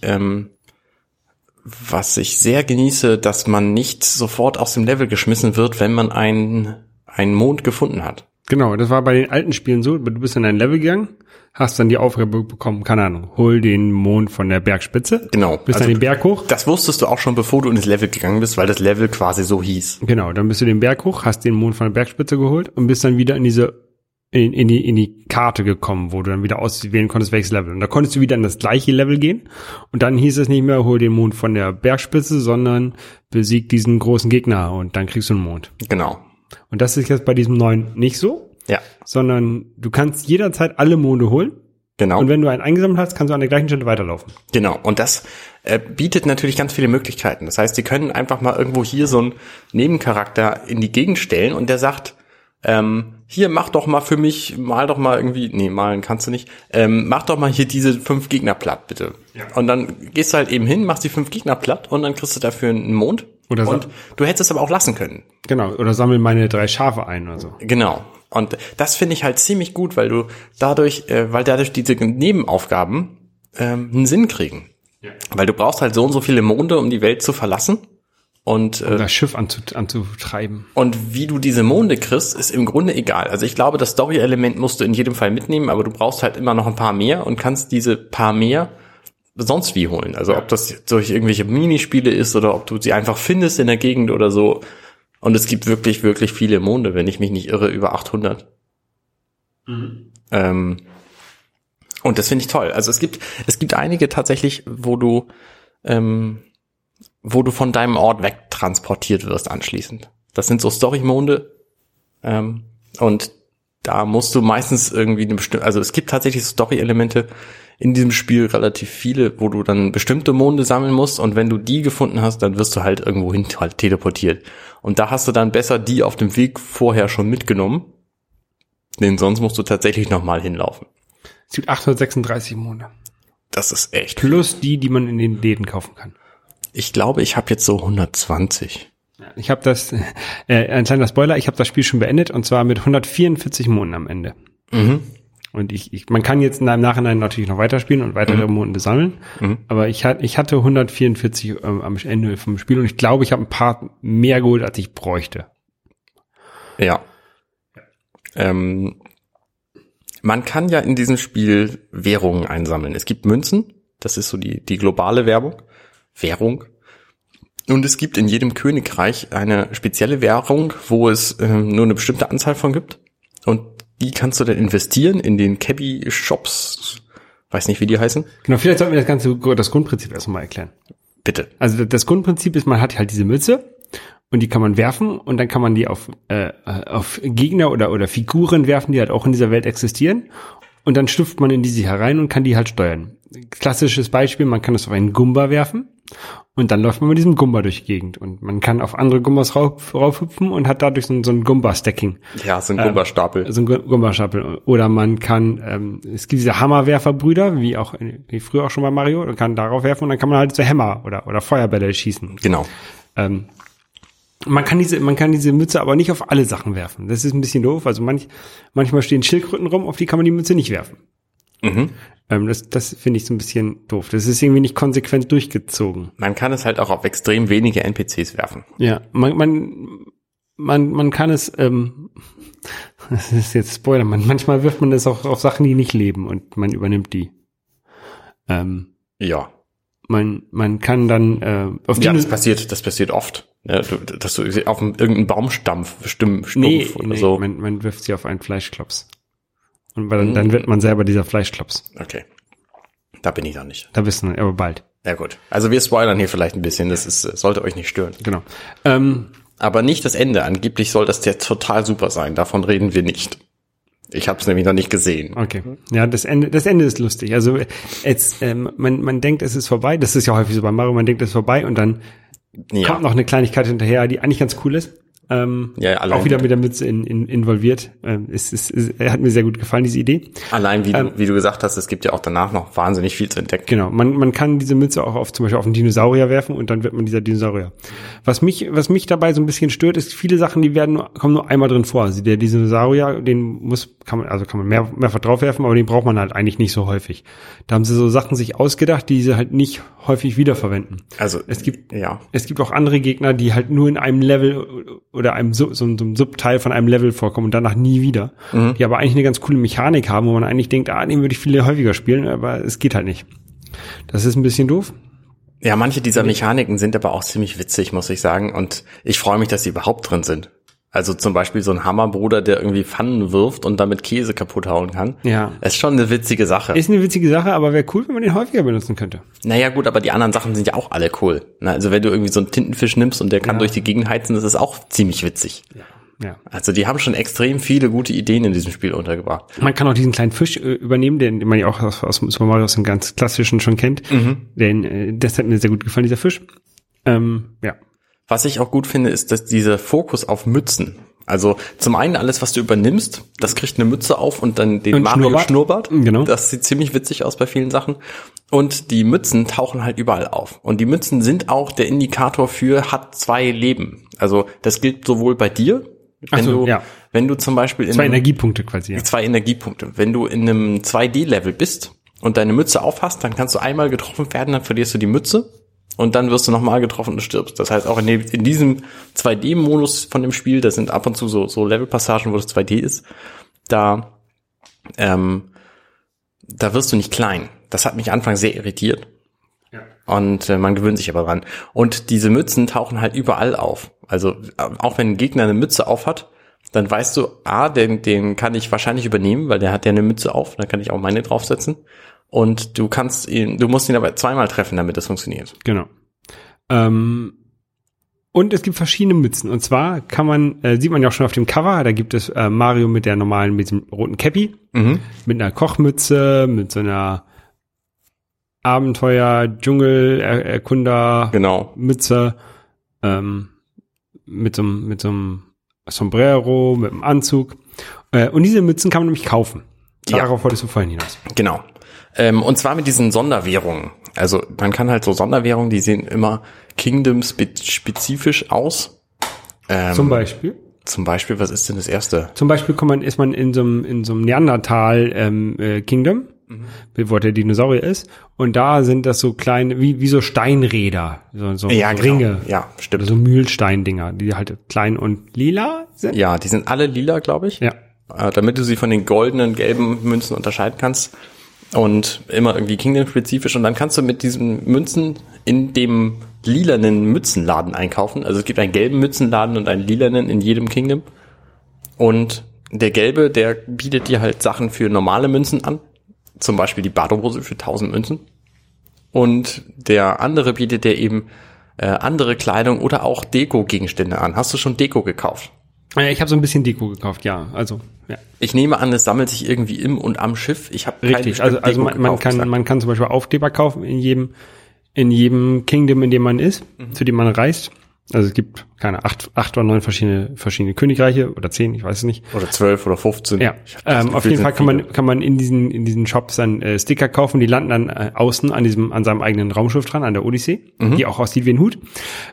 sehr genieße, dass man nicht sofort aus dem Level geschmissen wird, wenn man einen Mond gefunden hat. Genau, das war bei den alten Spielen so. Du bist in ein Level gegangen, hast dann die Aufgabe bekommen, keine Ahnung, hol den Mond von der Bergspitze. Genau. Bist dann den Berg hoch. Das wusstest du auch schon, bevor du in das Level gegangen bist, weil das Level quasi so hieß. Genau, dann bist du den Berg hoch, hast den Mond von der Bergspitze geholt und bist dann wieder in die Karte gekommen, wo du dann wieder auswählen konntest, welches Level. Und da konntest du wieder in das gleiche Level gehen. Und dann hieß es nicht mehr, hol den Mond von der Bergspitze, sondern besieg diesen großen Gegner und dann kriegst du einen Mond. Genau. Und das ist jetzt bei diesem neuen nicht so. Ja. Sondern du kannst jederzeit alle Monde holen. Genau. Und wenn du einen eingesammelt hast, kannst du an der gleichen Stelle weiterlaufen. Genau. Und das bietet natürlich ganz viele Möglichkeiten. Das heißt, die können einfach mal irgendwo hier so einen Nebencharakter in die Gegend stellen und der sagt, hier, mach doch mal für mich, mal doch mal irgendwie, nee, malen kannst du nicht, mach doch mal hier diese 5 Gegner platt, bitte. Ja. Und dann gehst du halt eben hin, machst die 5 Gegner platt und dann kriegst du dafür einen Mond. Oder und du hättest es aber auch lassen können. Genau, oder sammel meine 3 Schafe ein oder so. Genau. Und das finde ich halt ziemlich gut, weil dadurch diese Nebenaufgaben einen Sinn kriegen. Ja. Weil du brauchst halt so und so viele Monde, um die Welt zu verlassen. Und um das Schiff anzutreiben. Und wie du diese Monde kriegst, ist im Grunde egal. Also ich glaube, das Story-Element musst du in jedem Fall mitnehmen, aber du brauchst halt immer noch ein paar mehr und kannst diese paar mehr sonst wie holen. Also ob das durch irgendwelche Minispiele ist oder ob du sie einfach findest in der Gegend oder so. Und es gibt wirklich, wirklich viele Monde, wenn ich mich nicht irre, über 800. Mhm. Und das finde ich toll. Also es gibt einige tatsächlich, wo du von deinem Ort wegtransportiert wirst anschließend. Das sind so Story-Monde. Und da musst du meistens irgendwie also es gibt tatsächlich Story-Elemente in diesem Spiel relativ viele, wo du dann bestimmte Monde sammeln musst und wenn du die gefunden hast, dann wirst du halt irgendwo hin halt teleportiert. Und da hast du dann besser die auf dem Weg vorher schon mitgenommen, denn sonst musst du tatsächlich nochmal hinlaufen. Es gibt 836 Monde. Das ist echt. Plus die man in den Läden kaufen kann. Ich glaube, ich habe jetzt so 120. Ich habe ein kleiner Spoiler, ich habe das Spiel schon beendet und zwar mit 144 Monden am Ende. Und man kann jetzt im Nachhinein natürlich noch weiterspielen und weitere Monde sammeln. Aber ich hatte 144 am Ende vom Spiel und ich glaube, ich habe ein paar mehr geholt, als ich bräuchte. Ja. Man kann ja in diesem Spiel Währungen einsammeln. Es gibt Münzen, das ist so die globale Währung. Und es gibt in jedem Königreich eine spezielle Währung, wo es nur eine bestimmte Anzahl von gibt. Und die kannst du dann investieren in den Cabby-Shops. Weiß nicht, wie die heißen. Genau, vielleicht sollten wir das Grundprinzip erstmal erklären. Bitte. Also das Grundprinzip ist, man hat halt diese Mütze und die kann man werfen und dann kann man die auf Gegner oder Figuren werfen, die halt auch in dieser Welt existieren. Und dann schlüpft man in diese herein und kann die halt steuern. Klassisches Beispiel, man kann es auf einen Gumba werfen und dann läuft man mit diesem Gumba durch die Gegend. Und man kann auf andere Gumbas raufhüpfen und hat dadurch so ein Gumba-Stacking. Ja, so ein Gumba-Stapel. So ein Gumba-Stapel. Oder man kann, es gibt diese Hammerwerferbrüder, wie früher auch schon bei Mario, und kann darauf werfen und dann kann man halt so Hämmer oder Feuerbälle schießen. Genau. Man kann diese Mütze aber nicht auf alle Sachen werfen. Das ist ein bisschen doof. Also manchmal stehen Schildkröten rum, auf die kann man die Mütze nicht werfen. Das finde ich so ein bisschen doof. Das ist irgendwie nicht konsequent durchgezogen. Man kann es halt auch auf extrem wenige NPCs werfen. Ja, man kann es, das ist jetzt Spoiler, manchmal wirft man es auch auf Sachen, die nicht leben und man übernimmt die. Ja. Man kann dann auf die. Ja, das passiert oft. Ja, dass du auf irgendeinen Baumstamm stumpf oder so. Man wirft sie auf einen Fleischklops. Und dann wird man selber dieser Fleischklops. Okay. Da bin ich dann nicht. Da bist du aber bald. Ja gut. Also wir spoilern hier vielleicht ein bisschen, sollte euch nicht stören. Genau. Aber nicht das Ende. Angeblich soll das ja total super sein. Davon reden wir nicht. Ich habe es nämlich noch nicht gesehen. Okay. Ja, das Ende ist lustig. Also jetzt, man denkt, es ist vorbei. Das ist ja häufig so bei Mario, man denkt, es ist vorbei und dann kommt noch eine Kleinigkeit hinterher, die eigentlich ganz cool ist. Auch wieder mit der Mütze involviert. Hat mir sehr gut gefallen, diese Idee. Allein, wie du gesagt hast, es gibt ja auch danach noch wahnsinnig viel zu entdecken. Genau, man kann diese Mütze auch zum Beispiel auf einen Dinosaurier werfen und dann wird man dieser Dinosaurier. Was mich dabei so ein bisschen stört, ist, viele Sachen, kommen nur einmal drin vor. Also der Dinosaurier, kann man mehrfach drauf werfen, aber den braucht man halt eigentlich nicht so häufig. Da haben sie so Sachen sich ausgedacht, die sie halt nicht häufig wiederverwenden. Also es gibt auch andere Gegner, die halt nur in einem Level oder so einem Subteil von einem Level vorkommen und danach nie wieder. Die aber eigentlich eine ganz coole Mechanik haben, wo man eigentlich denkt, den würde ich viel häufiger spielen, aber es geht halt nicht. Das ist ein bisschen doof. Ja, manche dieser Mechaniken sind aber auch ziemlich witzig, muss ich sagen. Und ich freue mich, dass sie überhaupt drin sind. Also zum Beispiel so ein Hammerbruder, der irgendwie Pfannen wirft und damit Käse kaputt hauen kann. Ja. Ist schon eine witzige Sache. Ist eine witzige Sache, aber wäre cool, wenn man den häufiger benutzen könnte. Naja gut, aber die anderen Sachen sind ja auch alle cool. Also wenn du irgendwie so einen Tintenfisch nimmst und der kann durch die Gegend heizen, das ist auch ziemlich witzig. Ja. Also die haben schon extrem viele gute Ideen in diesem Spiel untergebracht. Man kann auch diesen kleinen Fisch übernehmen, den man ja auch aus Super Mario aus dem ganz klassischen schon kennt. Das hat mir sehr gut gefallen, dieser Fisch. Ja. Was ich auch gut finde, ist, dass dieser Fokus auf Mützen. Also zum einen alles, was du übernimmst, das kriegt eine Mütze auf und dann den Mario-Schnurrbart. Genau. Das sieht ziemlich witzig aus bei vielen Sachen. Und die Mützen tauchen halt überall auf. Und die Mützen sind auch der Indikator für hat 2 Leben. Also das gilt sowohl bei dir, wenn du zum Beispiel 2 Energiepunkte quasi. 2 Energiepunkte. Wenn du in einem 2D-Level bist und deine Mütze aufhast, dann kannst du einmal getroffen werden, dann verlierst du die Mütze. Und dann wirst du nochmal getroffen und stirbst. Das heißt, auch in diesem 2D-Modus von dem Spiel, das sind ab und zu so Levelpassagen, wo das 2D ist, da wirst du nicht klein. Das hat mich anfangs sehr irritiert. Ja. Und man gewöhnt sich aber dran. Und diese Mützen tauchen halt überall auf. Also auch wenn ein Gegner eine Mütze auf hat, dann weißt du, den kann ich wahrscheinlich übernehmen, weil der hat ja eine Mütze auf, dann kann ich auch meine draufsetzen. Und du musst ihn aber 2-mal treffen, damit das funktioniert. Genau. Und es gibt verschiedene Mützen. Und zwar sieht man ja auch schon auf dem Cover, da gibt es Mario mit diesem roten Cappy, mit einer Kochmütze, mit so einer Abenteuer-Dschungel-Erkunder-Mütze, mit so einem Sombrero, mit einem Anzug. Und diese Mützen kann man nämlich kaufen. Darauf wolltest du vorhin hinaus. Genau. Und zwar mit diesen Sonderwährungen. Also man kann halt so Sonderwährungen, die sehen immer Kingdom-spezifisch aus. Zum Beispiel? Zum Beispiel, was ist denn das erste? Zum Beispiel ist man in so einem Neandertal Kingdom, wo der Dinosaurier ist, und da sind das so kleine, wie so Steinräder, so Ringe. Ja, stimmt. Oder so Mühlsteindinger, die halt klein und lila sind. Ja, die sind alle lila, glaube ich. Ja. Damit du sie von den goldenen, gelben Münzen unterscheiden kannst. Und immer irgendwie Kingdom-spezifisch. Und dann kannst du mit diesen Münzen in dem lilanen Mützenladen einkaufen. Also es gibt einen gelben Mützenladen und einen lilanen in jedem Kingdom. Und der gelbe, der bietet dir halt Sachen für normale Münzen an. Zum Beispiel die Badehose für 1000 Münzen. Und der andere bietet dir eben andere Kleidung oder auch Deko-Gegenstände an. Hast du schon Deko gekauft? Ich habe so ein bisschen Deko gekauft, ja. Also, ja. Ich nehme an, es sammelt sich irgendwie im und am Schiff. Ich habe richtig. Also man kann zum Beispiel Aufkleber kaufen in jedem Kingdom, in dem man ist, zu dem man reist. Also es gibt keine 8 oder 9 verschiedene Königreiche oder 10, ich weiß es nicht. Oder 12 oder 15. Ja. Auf jeden Fall kann man in diesen Shops dann Sticker kaufen, die landen dann außen an seinem eigenen Raumschiff dran, an der Odyssee, die auch aussieht wie ein Hut.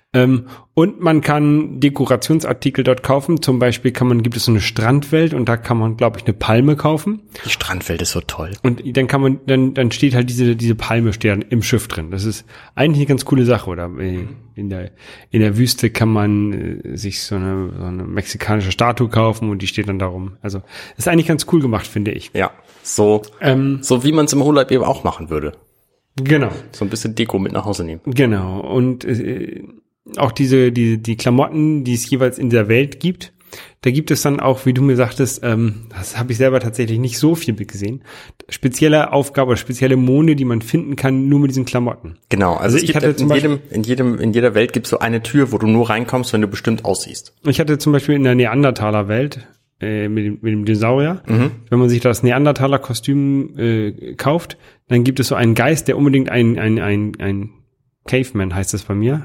Und man kann Dekorationsartikel dort kaufen. Zum Beispiel gibt es so eine Strandwelt und da kann man, glaube ich, eine Palme kaufen. Die Strandwelt ist so toll. Und dann steht halt diese Palme steht dann im Schiff drin. Das ist eigentlich eine ganz coole Sache, oder? In der Wüste kann man sich so eine mexikanische Statue kaufen und die steht dann darum. Also, ist eigentlich ganz cool gemacht, finde ich. Ja. So wie man es im Urlaub eben auch machen würde. Genau. So ein bisschen Deko mit nach Hause nehmen. Genau. Und auch die Klamotten, die es jeweils in der Welt gibt, da gibt es dann auch, wie du mir sagtest, das habe ich selber tatsächlich nicht so viel gesehen, spezielle Aufgabe, spezielle Monde, die man finden kann, nur mit diesen Klamotten. Genau, also es gibt in jeder Welt gibt es so eine Tür, wo du nur reinkommst, wenn du bestimmt aussiehst. Ich hatte zum Beispiel in der Neandertaler Welt mit dem Dinosaurier, wenn man sich das Neandertaler-Kostüm kauft, dann gibt es so einen Geist, der unbedingt ein Caveman, heißt das bei mir,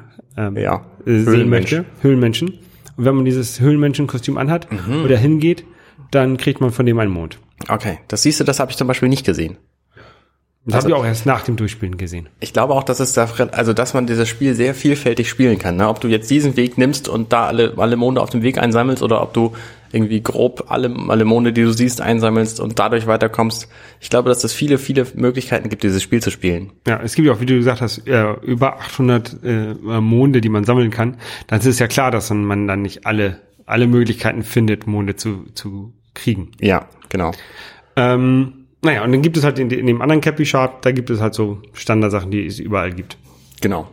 sehen möchte. Höhlenmenschen. Und wenn man dieses Höhlenmenschen-Kostüm anhat oder hingeht, dann kriegt man von dem einen Mond. Okay, das siehst du, das habe ich zum Beispiel nicht gesehen. Das habe ich auch erst nach dem Durchspielen gesehen. Ich glaube auch, dass man dieses Spiel sehr vielfältig spielen kann. Ne? Ob du jetzt diesen Weg nimmst und da alle Monde auf dem Weg einsammelst oder ob du irgendwie grob alle Monde, die du siehst, einsammelst und dadurch weiterkommst. Ich glaube, dass es viele, viele Möglichkeiten gibt, dieses Spiel zu spielen. Ja, es gibt ja auch, wie du gesagt hast, über 800 Monde, die man sammeln kann. Dann ist es ja klar, dass man dann nicht alle Möglichkeiten findet, Monde zu kriegen. Ja, genau. Naja, und dann gibt es halt in dem anderen Cappy Shop, da gibt es halt so Standardsachen, die es überall gibt. Genau.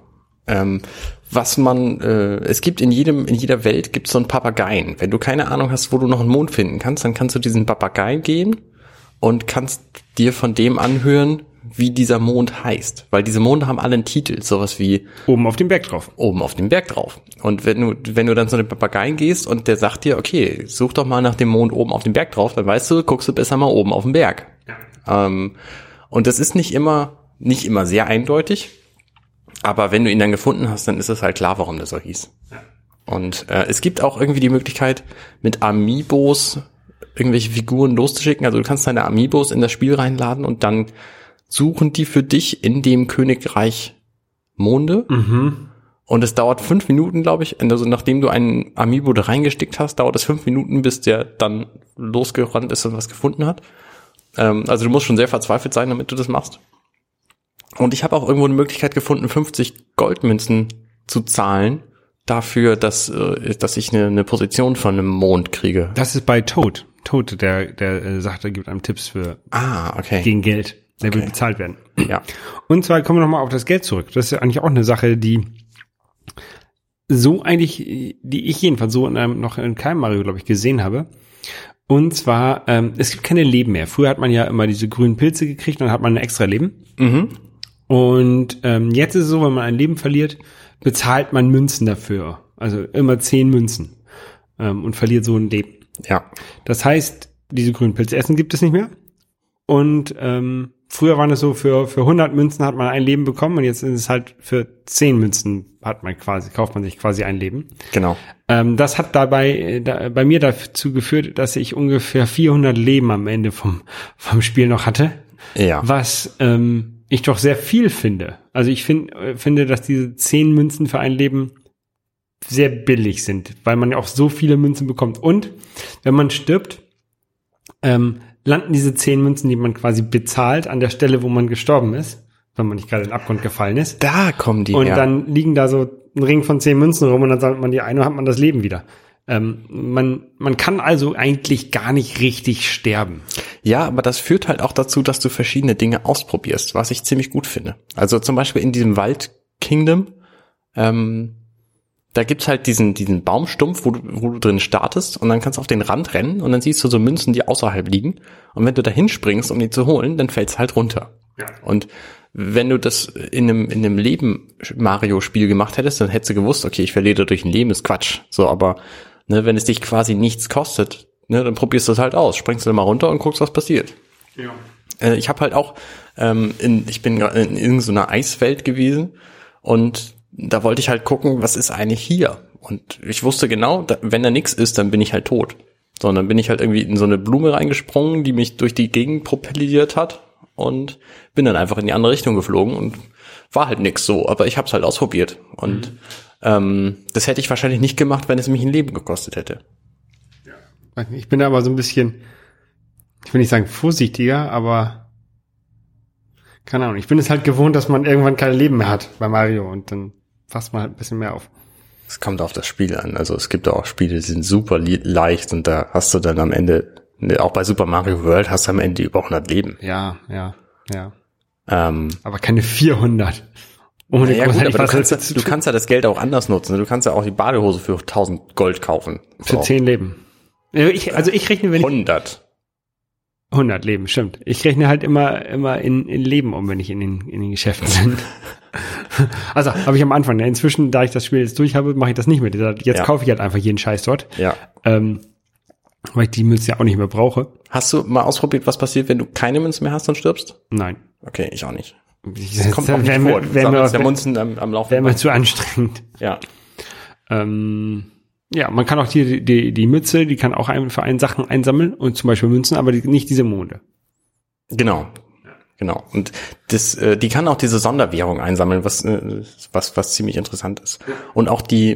Es gibt in jeder Welt gibt es so einen Papageien. Wenn du keine Ahnung hast, wo du noch einen Mond finden kannst, dann kannst du diesen Papageien gehen und kannst dir von dem anhören, wie dieser Mond heißt. Weil diese Monde haben alle einen Titel, sowas wie Oben auf dem Berg drauf. Oben auf dem Berg drauf. Und wenn du dann zu dem Papageien gehst und der sagt dir, okay, such doch mal nach dem Mond oben auf dem Berg drauf, dann weißt du, guckst du besser mal oben auf den Berg. Ja. Und das ist nicht immer sehr eindeutig. Aber wenn du ihn dann gefunden hast, dann ist es halt klar, warum das so hieß. Ja. Und es gibt auch irgendwie die Möglichkeit, mit Amiibos irgendwelche Figuren loszuschicken. Also du kannst deine Amiibos in das Spiel reinladen und dann suchen die für dich in dem Königreich Monde. Und es dauert 5 Minuten, glaube ich. Also nachdem du einen Amiibo da reingesteckt hast, dauert es 5 Minuten, bis der dann losgerannt ist und was gefunden hat. Also du musst schon sehr verzweifelt sein, damit du das machst. Und ich habe auch irgendwo eine Möglichkeit gefunden, 50 Goldmünzen zu zahlen dafür, dass ich eine Position von einem Mond kriege. Das ist bei Toad. Toad, der sagt, er gibt einem Tipps für gegen Geld. Der will bezahlt werden. Ja. Und zwar kommen wir nochmal auf das Geld zurück. Das ist ja eigentlich auch eine Sache, die ich jedenfalls so noch in keinem Mario, glaube ich, gesehen habe. Und zwar, es gibt keine Leben mehr. Früher hat man ja immer diese grünen Pilze gekriegt und dann hat man ein extra Leben. Und jetzt ist es so, wenn man ein Leben verliert, bezahlt man Münzen dafür. Also immer 10 Münzen. Und verliert so ein Leben. Ja. Das heißt, diese grünen Pilze essen gibt es nicht mehr. Und früher waren es so, für 100 Münzen hat man ein Leben bekommen und jetzt ist es halt für 10 Münzen kauft man sich quasi ein Leben. Genau. Das hat bei mir dazu geführt, dass ich ungefähr 400 Leben am Ende vom Spiel noch hatte. Ja. Was ich doch sehr viel finde. Also ich finde, dass diese 10 Münzen für ein Leben sehr billig sind, weil man ja auch so viele Münzen bekommt. Und wenn man stirbt, landen diese 10 Münzen, die man quasi bezahlt, an der Stelle, wo man gestorben ist, wenn man nicht gerade in den Abgrund gefallen ist. Da kommen die Und her. dann liegen da so ein Ring von 10 Münzen rum und dann sammelt man die ein und hat man das Leben wieder. Man kann also eigentlich gar nicht richtig sterben. Ja, aber das führt halt auch dazu, dass du verschiedene Dinge ausprobierst, was ich ziemlich gut finde. Also zum Beispiel in diesem Wald-Kingdom, da gibt's halt diesen Baumstumpf, wo du drin startest und dann kannst du auf den Rand rennen und dann siehst du so Münzen, die außerhalb liegen. Und wenn du da hinspringst, um die zu holen, dann fällt's halt runter. Ja. Und wenn du das in einem Leben-Mario-Spiel gemacht hättest, dann hättest du gewusst, okay, ich verliere dadurch ein Leben, ist Quatsch. So, aber ne, wenn es dich quasi nichts kostet, ne, dann probierst du es halt aus. Springst du da mal runter und guckst, was passiert. Ja. Ich habe halt auch, ich bin in irgendeiner Eiswelt gewesen und da wollte ich halt gucken, was ist eigentlich hier? Und ich wusste genau, wenn da nichts ist, dann bin ich halt tot. So, und dann bin ich halt irgendwie in so eine Blume reingesprungen, die mich durch die Gegend propelliert hat und bin dann einfach in die andere Richtung geflogen und war halt nix so, aber ich hab's halt ausprobiert. Und das hätte ich wahrscheinlich nicht gemacht, wenn es mich ein Leben gekostet hätte. Ja. Ich bin da aber so ein bisschen, ich will nicht sagen vorsichtiger, aber keine Ahnung. Ich bin es halt gewohnt, dass man irgendwann kein Leben mehr hat bei Mario und dann passt man halt ein bisschen mehr auf. Es kommt auf das Spiel an. Also es gibt auch Spiele, die sind super leicht und da hast du dann am Ende, auch bei Super Mario World hast du am Ende über 100 Leben. Ja. Aber keine 400. Ohne ja, gut, aber du kannst ja das Geld auch anders nutzen. Du kannst ja auch die Badehose für 1000 Gold kaufen. Für 10 Leben. Ich rechne, wenn 100 Leben, stimmt. Ich rechne halt immer in Leben um, wenn ich in den Geschäften bin. Also, habe ich am Anfang. Inzwischen, da ich das Spiel jetzt durch habe, mache ich das nicht mehr. Jetzt kaufe ich halt einfach jeden Scheiß dort. Ja. Weil ich die Münze ja auch nicht mehr brauche. Hast du mal ausprobiert, was passiert, wenn du keine Münze mehr hast und stirbst? Nein. Okay, ich auch nicht. Das kommt auch nicht vor. Münzen am Laufen. Wäre mir zu anstrengend. Ja. Ja, man kann auch die Mütze, die kann auch für einen Sachen einsammeln und zum Beispiel Münzen, aber nicht diese Monde. Genau. Und die kann auch diese Sonderwährung einsammeln, was ziemlich interessant ist. Und auch die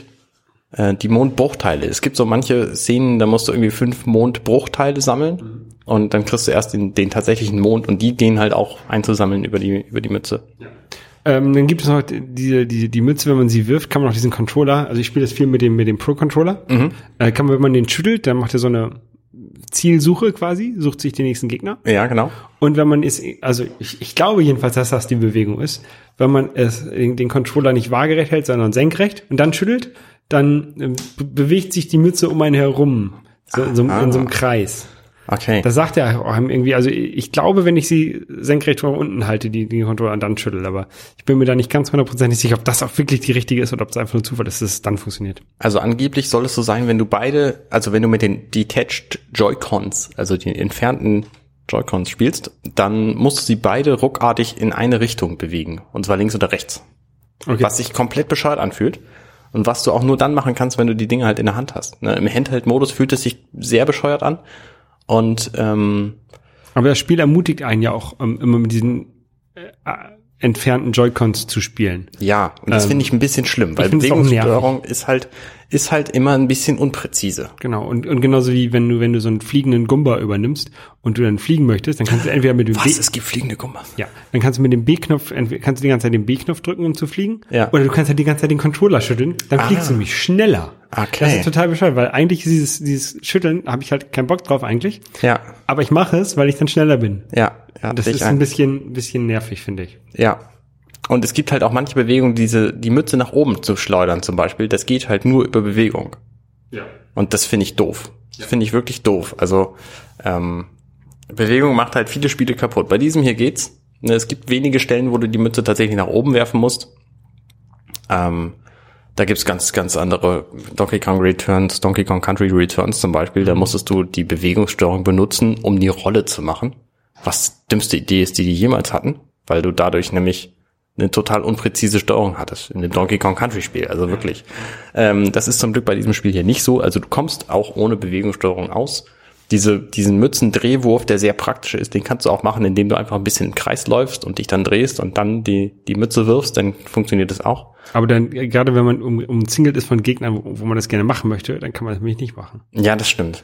Mondbruchteile. Es gibt so manche Szenen, da musst du irgendwie 5 Mondbruchteile sammeln und dann kriegst du erst den tatsächlichen Mond und die gehen halt auch einzusammeln über die Mütze. Ja. Dann gibt es noch die Mütze, wenn man sie wirft, kann man auch diesen Controller, also ich spiele das viel mit dem Pro-Controller, kann man, wenn man den schüttelt, dann macht er so eine Zielsuche quasi, sucht sich den nächsten Gegner. Ja, genau. Und wenn man also ich glaube jedenfalls, dass das die Bewegung ist, wenn man den Controller nicht waagerecht hält, sondern senkrecht und dann schüttelt, dann bewegt sich die Mütze um einen herum, in so einem Kreis. Okay. Das sagt er auch irgendwie, also ich glaube, wenn ich sie senkrecht von unten halte, die Controller und dann schüttel, aber ich bin mir da nicht ganz 100% sicher, ob das auch wirklich die richtige ist oder ob es einfach nur Zufall ist, dass es dann funktioniert. Also angeblich soll es so sein, wenn du mit den Detached Joy-Cons, also die entfernten Joy-Cons spielst, dann musst du sie beide ruckartig in eine Richtung bewegen, und zwar links oder rechts. Okay. Was sich komplett bescheuert anfühlt. Und was du auch nur dann machen kannst, wenn du die Dinge halt in der Hand hast. Ne? Im Handheld-Modus fühlt es sich sehr bescheuert an. Und aber das Spiel ermutigt einen ja auch, immer mit diesen entfernten Joy-Cons zu spielen. Ja, und das finde ich ein bisschen schlimm, weil Bewegungssteuerung ist halt immer ein bisschen unpräzise. Genau, und genauso wie wenn du so einen fliegenden Gumba übernimmst und du dann fliegen möchtest, dann kannst du entweder mit dem es gibt fliegende Gumbas? Ja, dann kannst du mit dem B-Knopf, kannst du die ganze Zeit den B-Knopf drücken, um zu fliegen. Ja. Oder du kannst halt die ganze Zeit den Controller schütteln, dann fliegst du nämlich schneller. Okay. Das ist total bescheuert, weil eigentlich dieses Schütteln habe ich halt keinen Bock drauf eigentlich. Ja. Aber ich mache es, weil ich dann schneller bin. Ja. Das ist ein bisschen nervig, finde ich. Ja. Und es gibt halt auch manche Bewegungen, die Mütze nach oben zu schleudern zum Beispiel, das geht halt nur über Bewegung. Ja. Und das finde ich doof. Das finde ich wirklich doof. Also Bewegung macht halt viele Spiele kaputt. Bei diesem hier geht's. Es gibt wenige Stellen, wo du die Mütze tatsächlich nach oben werfen musst. Da gibt's ganz, ganz andere Donkey Kong Country Returns zum Beispiel. Da musstest du die Bewegungssteuerung benutzen, um die Rolle zu machen. Was die dümmste Idee ist, die jemals hatten, weil du dadurch nämlich eine total unpräzise Steuerung hattest in dem Donkey Kong Country Spiel. Also wirklich. Das ist zum Glück bei diesem Spiel hier nicht so. Also du kommst auch ohne Bewegungssteuerung aus. diesen Mützendrehwurf, der sehr praktisch ist, den kannst du auch machen, indem du einfach ein bisschen im Kreis läufst und dich dann drehst und dann die Mütze wirfst, dann funktioniert das auch. Aber dann, gerade wenn man umzingelt ist von Gegnern, wo man das gerne machen möchte, dann kann man das nämlich nicht machen. Ja, das stimmt.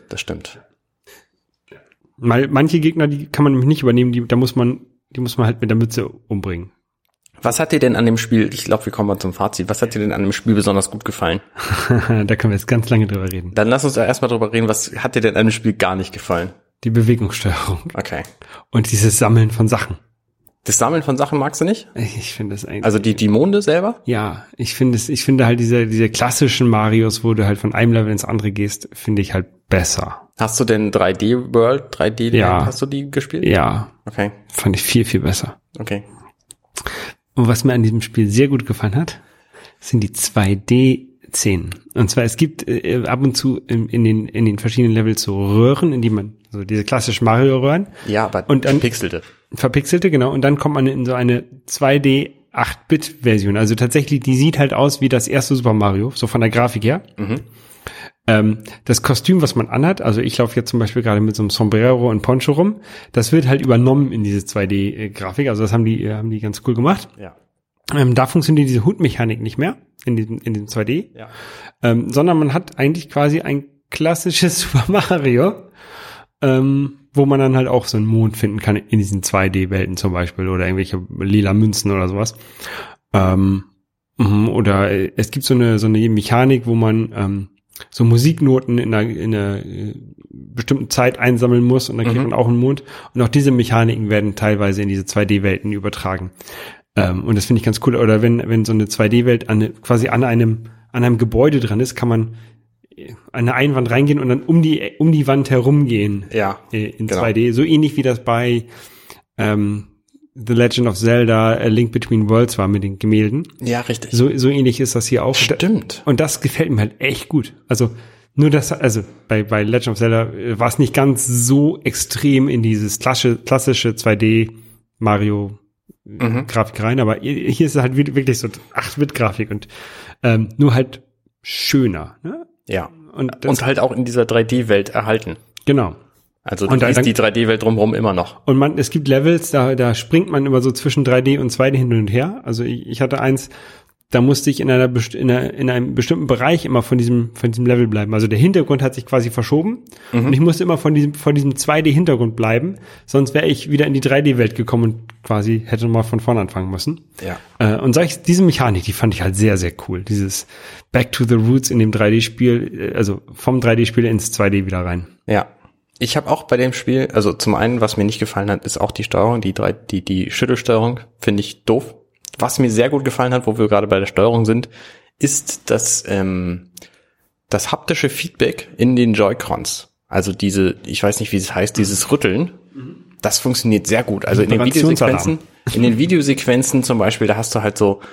Weil manche Gegner, die kann man nämlich nicht übernehmen, die muss man halt mit der Mütze umbringen. Was hat dir denn an dem Spiel, ich glaube, wir kommen mal zum Fazit, was hat dir denn an dem Spiel besonders gut gefallen? Da können wir jetzt ganz lange drüber reden. Dann lass uns da erstmal drüber reden, was hat dir denn an dem Spiel gar nicht gefallen? Die Bewegungssteuerung. Okay. Und dieses Sammeln von Sachen. Das Sammeln von Sachen magst du nicht? Ich finde das eigentlich. Also die Monde selber? Ja, ich finde halt diese klassischen Marios, wo du halt von einem Level ins andere gehst, finde ich halt besser. Hast du denn 3D World, 3D Land, ja. Hast du die gespielt? Ja. Okay. Fand ich viel, viel besser. Okay. Und was mir an diesem Spiel sehr gut gefallen hat, sind die 2D-Szenen. Und zwar, es gibt ab und zu in den verschiedenen Levels so Röhren, in die man, so diese klassischen Mario-Röhren. Ja, aber und dann verpixelte, genau. Und dann kommt man in so eine 2D 8-Bit-Version. Also tatsächlich, die sieht halt aus wie das erste Super Mario, so von der Grafik her. Mhm. Das Kostüm, was man anhat, also ich laufe jetzt zum Beispiel gerade mit so einem Sombrero und Poncho rum, das wird halt übernommen in diese 2D-Grafik, also das haben die ganz cool gemacht. Ja. Da funktioniert diese Hutmechanik nicht mehr in diesem 2D, ja. Sondern man hat eigentlich quasi ein klassisches Super Mario, wo man dann halt auch so einen Mond finden kann in diesen 2D-Welten zum Beispiel oder irgendwelche lila Münzen oder sowas. Oder es gibt so eine Mechanik, wo man so Musiknoten in einer bestimmten Zeit einsammeln muss und dann kriegt man auch einen Mond. Und auch diese Mechaniken werden teilweise in diese 2D-Welten übertragen. Und das finde ich ganz cool. Oder wenn so eine 2D-Welt quasi an einem Gebäude dran ist, kann man an eine Einwand reingehen und dann um die Wand herumgehen. Ja, in 2D. So ähnlich wie das bei The Legend of Zelda A Link Between Worlds war mit den Gemälden. Ja, richtig. So ähnlich ist das hier auch. Stimmt. Und das gefällt mir halt echt gut. Also nur das, also bei Legend of Zelda war es nicht ganz so extrem in dieses klassische 2D Mario Grafik rein, aber hier ist es halt wirklich so 8-Bit-Grafik und nur halt schöner. Ne? Ja. Und halt auch in dieser 3D-Welt erhalten. Genau. Also du siehst die 3D-Welt drumherum immer noch. Und es gibt Levels, da springt man immer so zwischen 3D und 2D hin und her. Also ich hatte eins, da musste ich in einem bestimmten Bereich immer von diesem Level bleiben. Also der Hintergrund hat sich quasi verschoben und ich musste immer von diesem 2D-Hintergrund bleiben, sonst wäre ich wieder in die 3D-Welt gekommen und quasi hätte nochmal von vorne anfangen müssen. Ja. Und diese Mechanik, die fand ich halt sehr, sehr cool. Dieses Back to the Roots in dem 3D-Spiel, also vom 3D-Spiel ins 2D wieder rein. Ja. Ich habe auch bei dem Spiel, also zum einen, was mir nicht gefallen hat, ist auch die Steuerung, die Schüttelsteuerung finde ich doof. Was mir sehr gut gefallen hat, wo wir gerade bei der Steuerung sind, ist das haptische Feedback in den Joy-Cons. Also ich weiß nicht, wie es heißt, dieses Rütteln, das funktioniert sehr gut. Also in den Videosequenzen zum Beispiel, da hast du halt so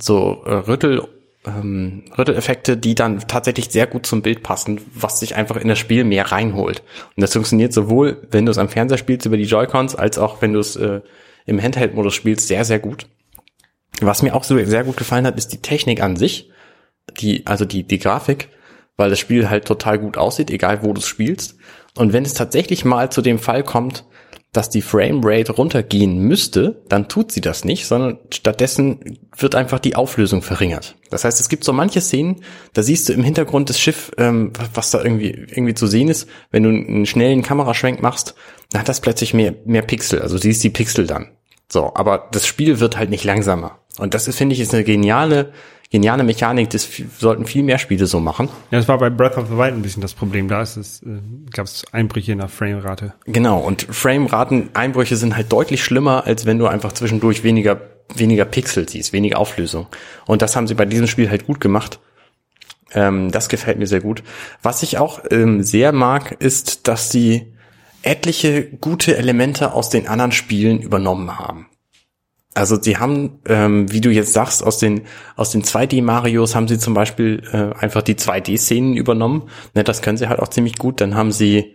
Rütteleffekte, die dann tatsächlich sehr gut zum Bild passen, was sich einfach in das Spiel mehr reinholt. Und das funktioniert sowohl, wenn du es am Fernseher spielst über die Joy-Cons, als auch wenn du es im Handheld-Modus spielst, sehr, sehr gut. Was mir auch so sehr gut gefallen hat, ist die Technik an sich, die Grafik, weil das Spiel halt total gut aussieht, egal wo du es spielst. Und wenn es tatsächlich mal zu dem Fall kommt, dass die Framerate runtergehen müsste, dann tut sie das nicht, sondern stattdessen wird einfach die Auflösung verringert. Das heißt, es gibt so manche Szenen, da siehst du im Hintergrund das Schiff, was da irgendwie zu sehen ist. Wenn du einen schnellen Kameraschwenk machst, dann hat das plötzlich mehr Pixel, also siehst die Pixel dann. So, aber das Spiel wird halt nicht langsamer. Und das finde ich, eine geniale Mechanik, das sollten viel mehr Spiele so machen. Ja, das war bei Breath of the Wild ein bisschen das Problem. Da gab es Einbrüche in der Framerate. Genau, und Frameraten-Einbrüche sind halt deutlich schlimmer, als wenn du einfach zwischendurch weniger Pixel siehst, weniger Auflösung. Und das haben sie bei diesem Spiel halt gut gemacht. Das gefällt mir sehr gut. Was ich auch sehr mag, ist, dass sie etliche gute Elemente aus den anderen Spielen übernommen haben. Also sie haben, wie du jetzt sagst, aus den 2D-Marios haben sie zum Beispiel einfach die 2D-Szenen übernommen. Ne, das können sie halt auch ziemlich gut. Dann haben sie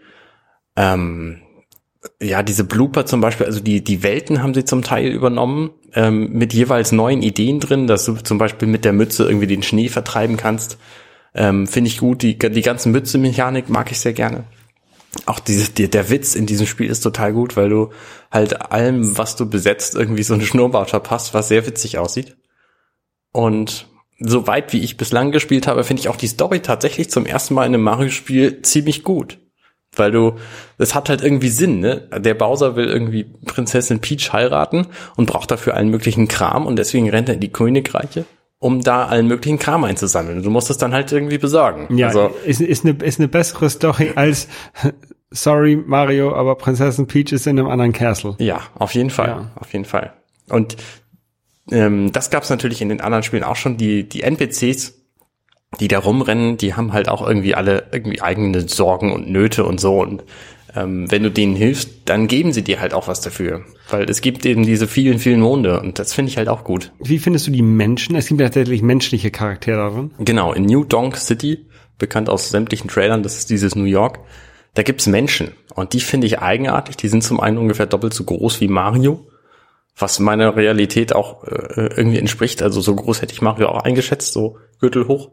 diese Blooper zum Beispiel, also die Welten haben sie zum Teil übernommen, mit jeweils neuen Ideen drin, dass du zum Beispiel mit der Mütze irgendwie den Schnee vertreiben kannst. Finde ich gut. Die ganzen Mütze-Mechanik mag ich sehr gerne. Auch der Witz in diesem Spiel ist total gut, weil du halt allem, was du besetzt, irgendwie so einen Schnurrbart verpasst, was sehr witzig aussieht. Und soweit wie ich bislang gespielt habe, finde ich auch die Story tatsächlich zum ersten Mal in einem Mario-Spiel ziemlich gut. Weil das hat halt irgendwie Sinn, ne? Der Bowser will irgendwie Prinzessin Peach heiraten und braucht dafür allen möglichen Kram und deswegen rennt er in die Königreiche, um da allen möglichen Kram einzusammeln. Du musst es dann halt irgendwie besorgen. Ja, also, ist eine bessere Story als sorry Mario, aber Prinzessin Peach ist in einem anderen Castle. Ja, auf jeden Fall, ja. Auf jeden Fall. Und das gab's natürlich in den anderen Spielen auch schon. Die NPCs, die da rumrennen, die haben halt auch irgendwie alle irgendwie eigene Sorgen und Nöte und so. Und wenn du denen hilfst, dann geben sie dir halt auch was dafür. Weil es gibt eben diese vielen, vielen Monde und das finde ich halt auch gut. Wie findest du die Menschen? Es gibt ja tatsächlich menschliche Charaktere darin. Genau, in New Donk City, bekannt aus sämtlichen Trailern, das ist dieses New York, da gibt's Menschen. Und die finde ich eigenartig. Die sind zum einen ungefähr doppelt so groß wie Mario, was meiner Realität auch irgendwie entspricht. Also so groß hätte ich Mario auch eingeschätzt, so gürtelhoch.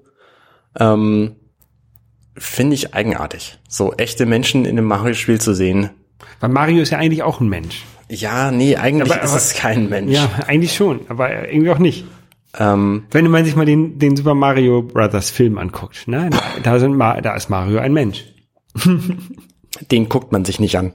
Finde ich eigenartig, so echte Menschen in einem Mario-Spiel zu sehen. Weil Mario ist ja eigentlich auch ein Mensch. Ja, nee, eigentlich aber ist es kein Mensch. Ja, eigentlich schon, aber irgendwie auch nicht. Wenn man sich mal den Super Mario Brothers Film anguckt, ne, da ist Mario ein Mensch. Den guckt man sich nicht an.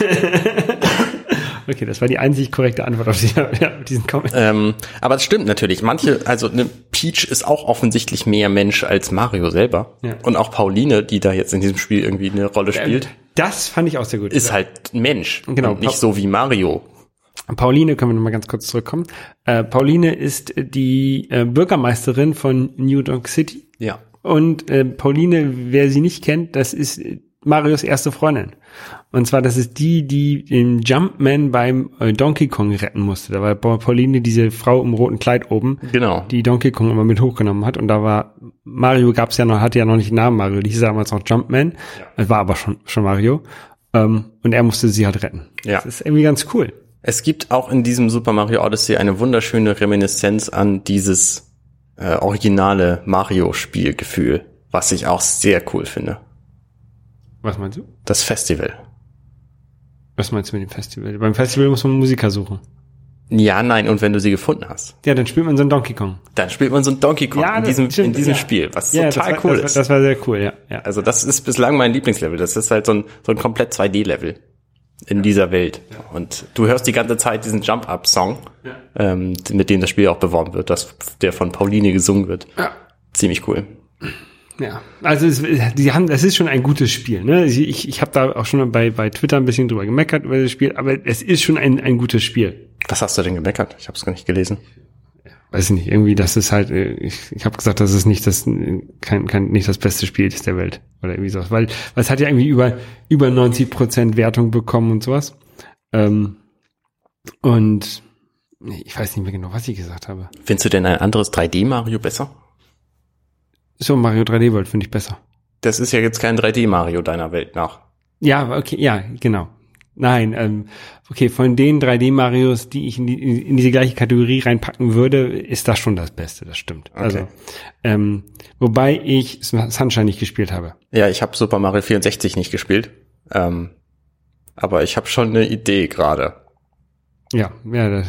Okay, das war die einzig korrekte Antwort auf diesen Comment. Aber es stimmt natürlich. Also eine Peach ist auch offensichtlich mehr Mensch als Mario selber. Ja. Und auch Pauline, die da jetzt in diesem Spiel irgendwie eine Rolle spielt. Das fand ich auch sehr gut. Ist halt ein Mensch. Genau. Und nicht so wie Mario. Pauline, können wir nochmal ganz kurz zurückkommen. Pauline ist die Bürgermeisterin von New Donk City. Ja. Und Pauline, wer sie nicht kennt, das ist Marios erste Freundin. Und zwar, das ist die den Jumpman beim Donkey Kong retten musste. Da war Pauline diese Frau im roten Kleid oben, genau, die Donkey Kong immer mit hochgenommen hat. Und da war Mario, hatte ja noch nicht den Namen Mario, die hieß damals noch Jumpman, war aber schon Mario. Und er musste sie halt retten. Ja. Das ist irgendwie ganz cool. Es gibt auch in diesem Super Mario Odyssey eine wunderschöne Reminiszenz an dieses originale Mario-Spielgefühl, was ich auch sehr cool finde. Was meinst du? Das Festival. Was meinst du mit dem Festival? Beim Festival muss man Musiker suchen. Ja, nein, und wenn du sie gefunden hast. Ja, dann spielt man so einen Donkey Kong. Dann spielt man so einen Donkey Kong in diesem Spiel, was total cool ist. Das war sehr cool, ja. Also das ist bislang mein Lieblingslevel. Das ist halt so ein komplett 2D-Level in dieser Welt. Ja. Und du hörst die ganze Zeit diesen Jump-Up-Song, mit dem das Spiel auch beworben wird, der von Pauline gesungen wird. Ja. Ziemlich cool. Ja, also es ist schon ein gutes Spiel, ne? Ich habe da auch schon bei Twitter ein bisschen drüber gemeckert über das Spiel, aber es ist schon ein gutes Spiel. Was hast du denn gemeckert? Ich habe es gar nicht gelesen. Weiß nicht, irgendwie, das ist halt, ich habe gesagt, das ist nicht nicht das beste Spiel der Welt oder irgendwie sowas, weil es hat ja irgendwie über 90% Wertung bekommen und sowas. Und ich weiß nicht mehr genau, was ich gesagt habe. Findest du denn ein anderes 3D-Mario besser? So, Mario 3D World finde ich besser. Das ist ja jetzt kein 3D-Mario deiner Welt nach. Ja, okay, ja, genau. Nein, okay, von den 3D-Marios, die ich in diese gleiche Kategorie reinpacken würde, ist das schon das Beste, das stimmt. Okay. Also, wobei ich Sunshine nicht gespielt habe. Ja, ich habe Super Mario 64 nicht gespielt, aber ich habe schon eine Idee gerade. Ja, das.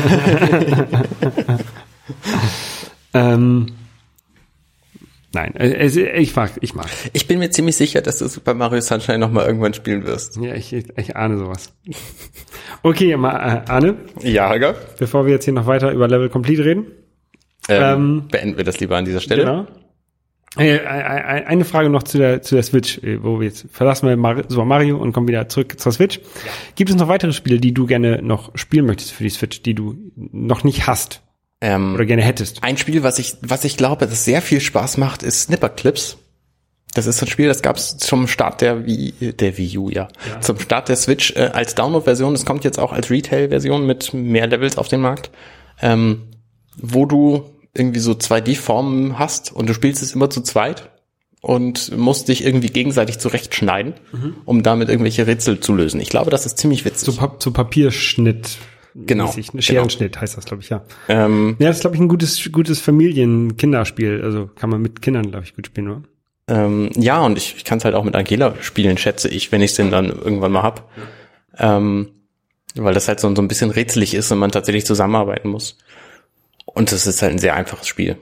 Nein, ich mag. Ich bin mir ziemlich sicher, dass du Super Mario Sunshine noch mal irgendwann spielen wirst. Ja, ich ahne sowas. Okay, Arne. Ja, Holger. Bevor wir jetzt hier noch weiter über Level Complete reden. Beenden wir das lieber an dieser Stelle. Genau. Eine Frage noch zu der Switch, wo wir jetzt verlassen wir Super Mario und kommen wieder zurück zur Switch. Ja. Gibt es noch weitere Spiele, die du gerne noch spielen möchtest für die Switch, die du noch nicht hast? Oder gerne hättest. Ein Spiel, was ich glaube, das sehr viel Spaß macht, ist Snipper Clips. Das ist ein Spiel, das gab es zum Start der Wii U, ja. Zum Start der Switch als Download-Version. Es kommt jetzt auch als Retail-Version mit mehr Levels auf den Markt, wo du irgendwie so 2D-Formen hast und du spielst es immer zu zweit und musst dich irgendwie gegenseitig zurechtschneiden, um damit irgendwelche Rätsel zu lösen. Ich glaube, das ist ziemlich witzig. Zu Papierschnitt. Genau. Scherenschnitt heißt das, glaube ich, ja. Ja, das ist, glaube ich, ein gutes Familien-Kinderspiel. Also kann man mit Kindern, glaube ich, gut spielen, oder? Ja, und ich kann es halt auch mit Angela spielen, schätze ich, wenn ich es denn dann irgendwann mal hab. Weil das halt so ein bisschen rätselig ist und man tatsächlich zusammenarbeiten muss. Und es ist halt ein sehr einfaches Spiel.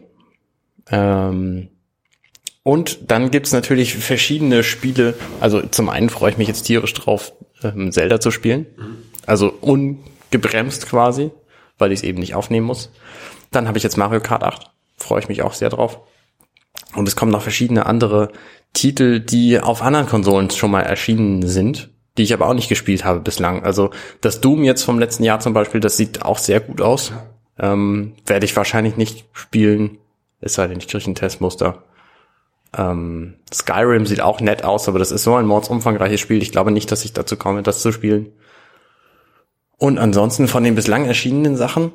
Und dann gibt's natürlich verschiedene Spiele. Also zum einen freue ich mich jetzt tierisch drauf, Zelda zu spielen. Also ungebremst quasi, weil ich es eben nicht aufnehmen muss. Dann habe ich jetzt Mario Kart 8. Freue ich mich auch sehr drauf. Und es kommen noch verschiedene andere Titel, die auf anderen Konsolen schon mal erschienen sind, die ich aber auch nicht gespielt habe bislang. Also das Doom jetzt vom letzten Jahr zum Beispiel, das sieht auch sehr gut aus. Werde ich wahrscheinlich nicht spielen, es sei denn, ich kriege ein Testmuster. Skyrim sieht auch nett aus, aber das ist so ein mordsumfangreiches Spiel. Ich glaube nicht, dass ich dazu komme, das zu spielen. Und ansonsten von den bislang erschienenen Sachen,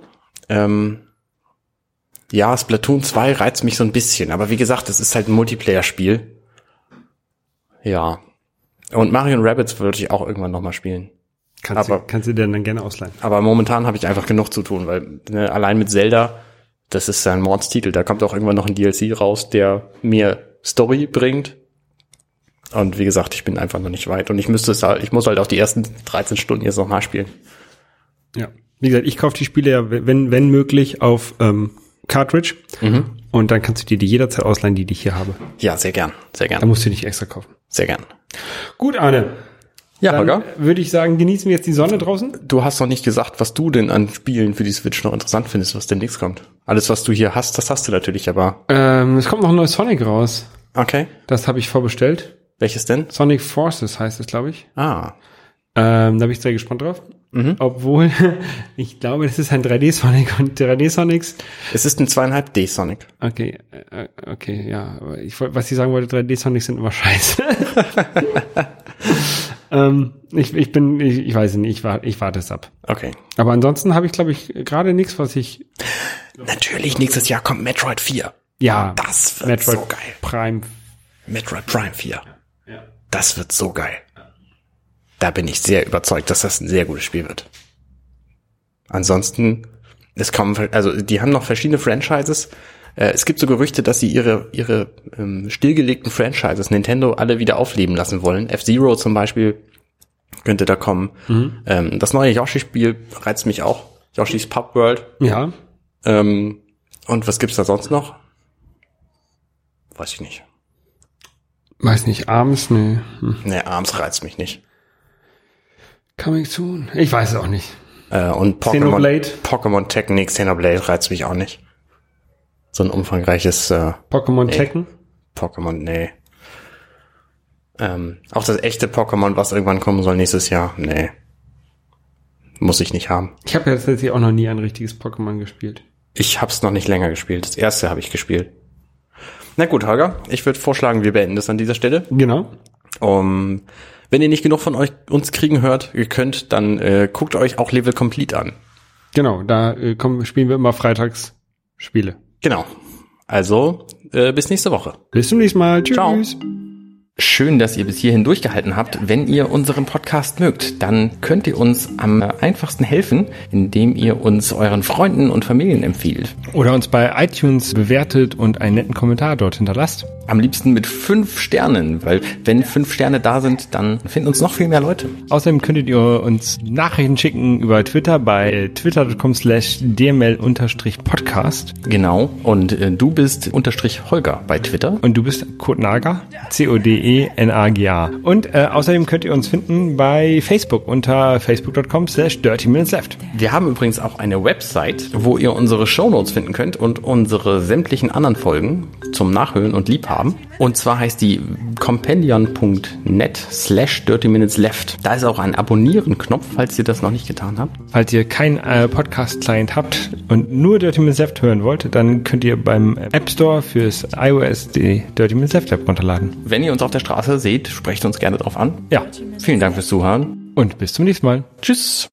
ja, Splatoon 2 reizt mich so ein bisschen, aber wie gesagt, es ist halt ein Multiplayer-Spiel. Ja. Und Mario & Rabbids würde ich auch irgendwann nochmal spielen. Kannst du dir dann gerne ausleihen. Aber momentan habe ich einfach genug zu tun, weil allein mit Zelda, das ist ein Mordstitel, da kommt auch irgendwann noch ein DLC raus, der mir Story bringt. Und wie gesagt, ich bin einfach noch nicht weit und ich muss halt auch die ersten 13 Stunden jetzt nochmal spielen. Ja. Wie gesagt, ich kaufe die Spiele ja, wenn möglich, auf Cartridge. Und dann kannst du dir die jederzeit ausleihen, die ich hier habe. Ja, sehr gern, sehr gern. Da musst du nicht extra kaufen. Sehr gern. Gut, Arne. Ja, dann Holger? Würde ich sagen, genießen wir jetzt die Sonne draußen? Du hast noch nicht gesagt, was du denn an Spielen für die Switch noch interessant findest, was demnächst kommt. Alles, was du hier hast, das hast du natürlich, aber... Es kommt noch ein neues Sonic raus. Okay. Das habe ich vorbestellt. Welches denn? Sonic Forces heißt es, glaube ich. Ah. Da bin ich sehr gespannt drauf. Obwohl, ich glaube, das ist ein 3D-Sonic und 3D-Sonics. Es ist ein 2,5D-Sonic. Okay, ja. Aber was ich sagen wollte, 3D-Sonics sind immer scheiße. Ich weiß nicht, ich warte es ab. Okay. Aber ansonsten habe ich, glaube ich, gerade nichts, was ich... Natürlich, nächstes Jahr kommt Metroid 4. Ja. Das wird Metroid so geil. Prime. Metroid Prime 4. Ja. Das wird so geil. Da bin ich sehr überzeugt, dass das ein sehr gutes Spiel wird. Ansonsten, die haben noch verschiedene Franchises. Es gibt so Gerüchte, dass sie ihre stillgelegten Franchises Nintendo alle wieder aufleben lassen wollen. F-Zero zum Beispiel könnte da kommen. Das neue Yoshi-Spiel reizt mich auch. Yoshi's Pub World. Ja. Und was gibt's da sonst noch? Weiß ich nicht. Weiß nicht, ARMS? Nee. Nee, ARMS reizt mich nicht. Coming soon? Ich weiß es auch nicht. Und Pokémon Technik, Xenoblade reizt mich auch nicht. So ein umfangreiches Pokémon Tekken? Pokémon, nee. Auch das echte Pokémon, was irgendwann kommen soll nächstes Jahr, nee. Muss ich nicht haben. Ich habe ja tatsächlich auch noch nie ein richtiges Pokémon gespielt. Ich hab's noch nicht länger gespielt. Das erste habe ich gespielt. Na gut, Holger, ich würde vorschlagen, wir beenden das an dieser Stelle. Genau. Wenn ihr nicht genug von uns kriegen hört, ihr könnt, dann guckt euch auch Level Complete an. Genau, da spielen wir immer freitags Spiele. Genau. Also, bis nächste Woche. Bis zum nächsten Mal. Tschüss. Ciao. Schön, dass ihr bis hierhin durchgehalten habt. Wenn ihr unseren Podcast mögt, dann könnt ihr uns am einfachsten helfen, indem ihr uns euren Freunden und Familien empfiehlt. Oder uns bei iTunes bewertet und einen netten Kommentar dort hinterlasst. Am liebsten mit 5 Sternen, weil wenn 5 Sterne da sind, dann finden uns noch viel mehr Leute. Außerdem könntet ihr uns Nachrichten schicken über Twitter bei twitter.com/dml_podcast. Genau. Und du bist _Holger bei Twitter. Und du bist Kurt Naga, CODENAGA. Und außerdem könnt ihr uns finden bei Facebook unter facebook.com/dirtyminutesleft. Wir haben übrigens auch eine Website, wo ihr unsere Shownotes finden könnt und unsere sämtlichen anderen Folgen zum Nachhören und Liebhaben. Und zwar heißt die compendion.net/dirtyminutesleft. Da ist auch ein Abonnieren-Knopf, falls ihr das noch nicht getan habt. Falls ihr keinen Podcast-Client habt und nur Dirty Minutes Left hören wollt, dann könnt ihr beim App Store fürs iOS die Dirty Minutes Left App runterladen. Wenn ihr uns auf der Straße seht, sprecht uns gerne drauf an. Ja. Vielen Dank fürs Zuhören. Und bis zum nächsten Mal. Tschüss.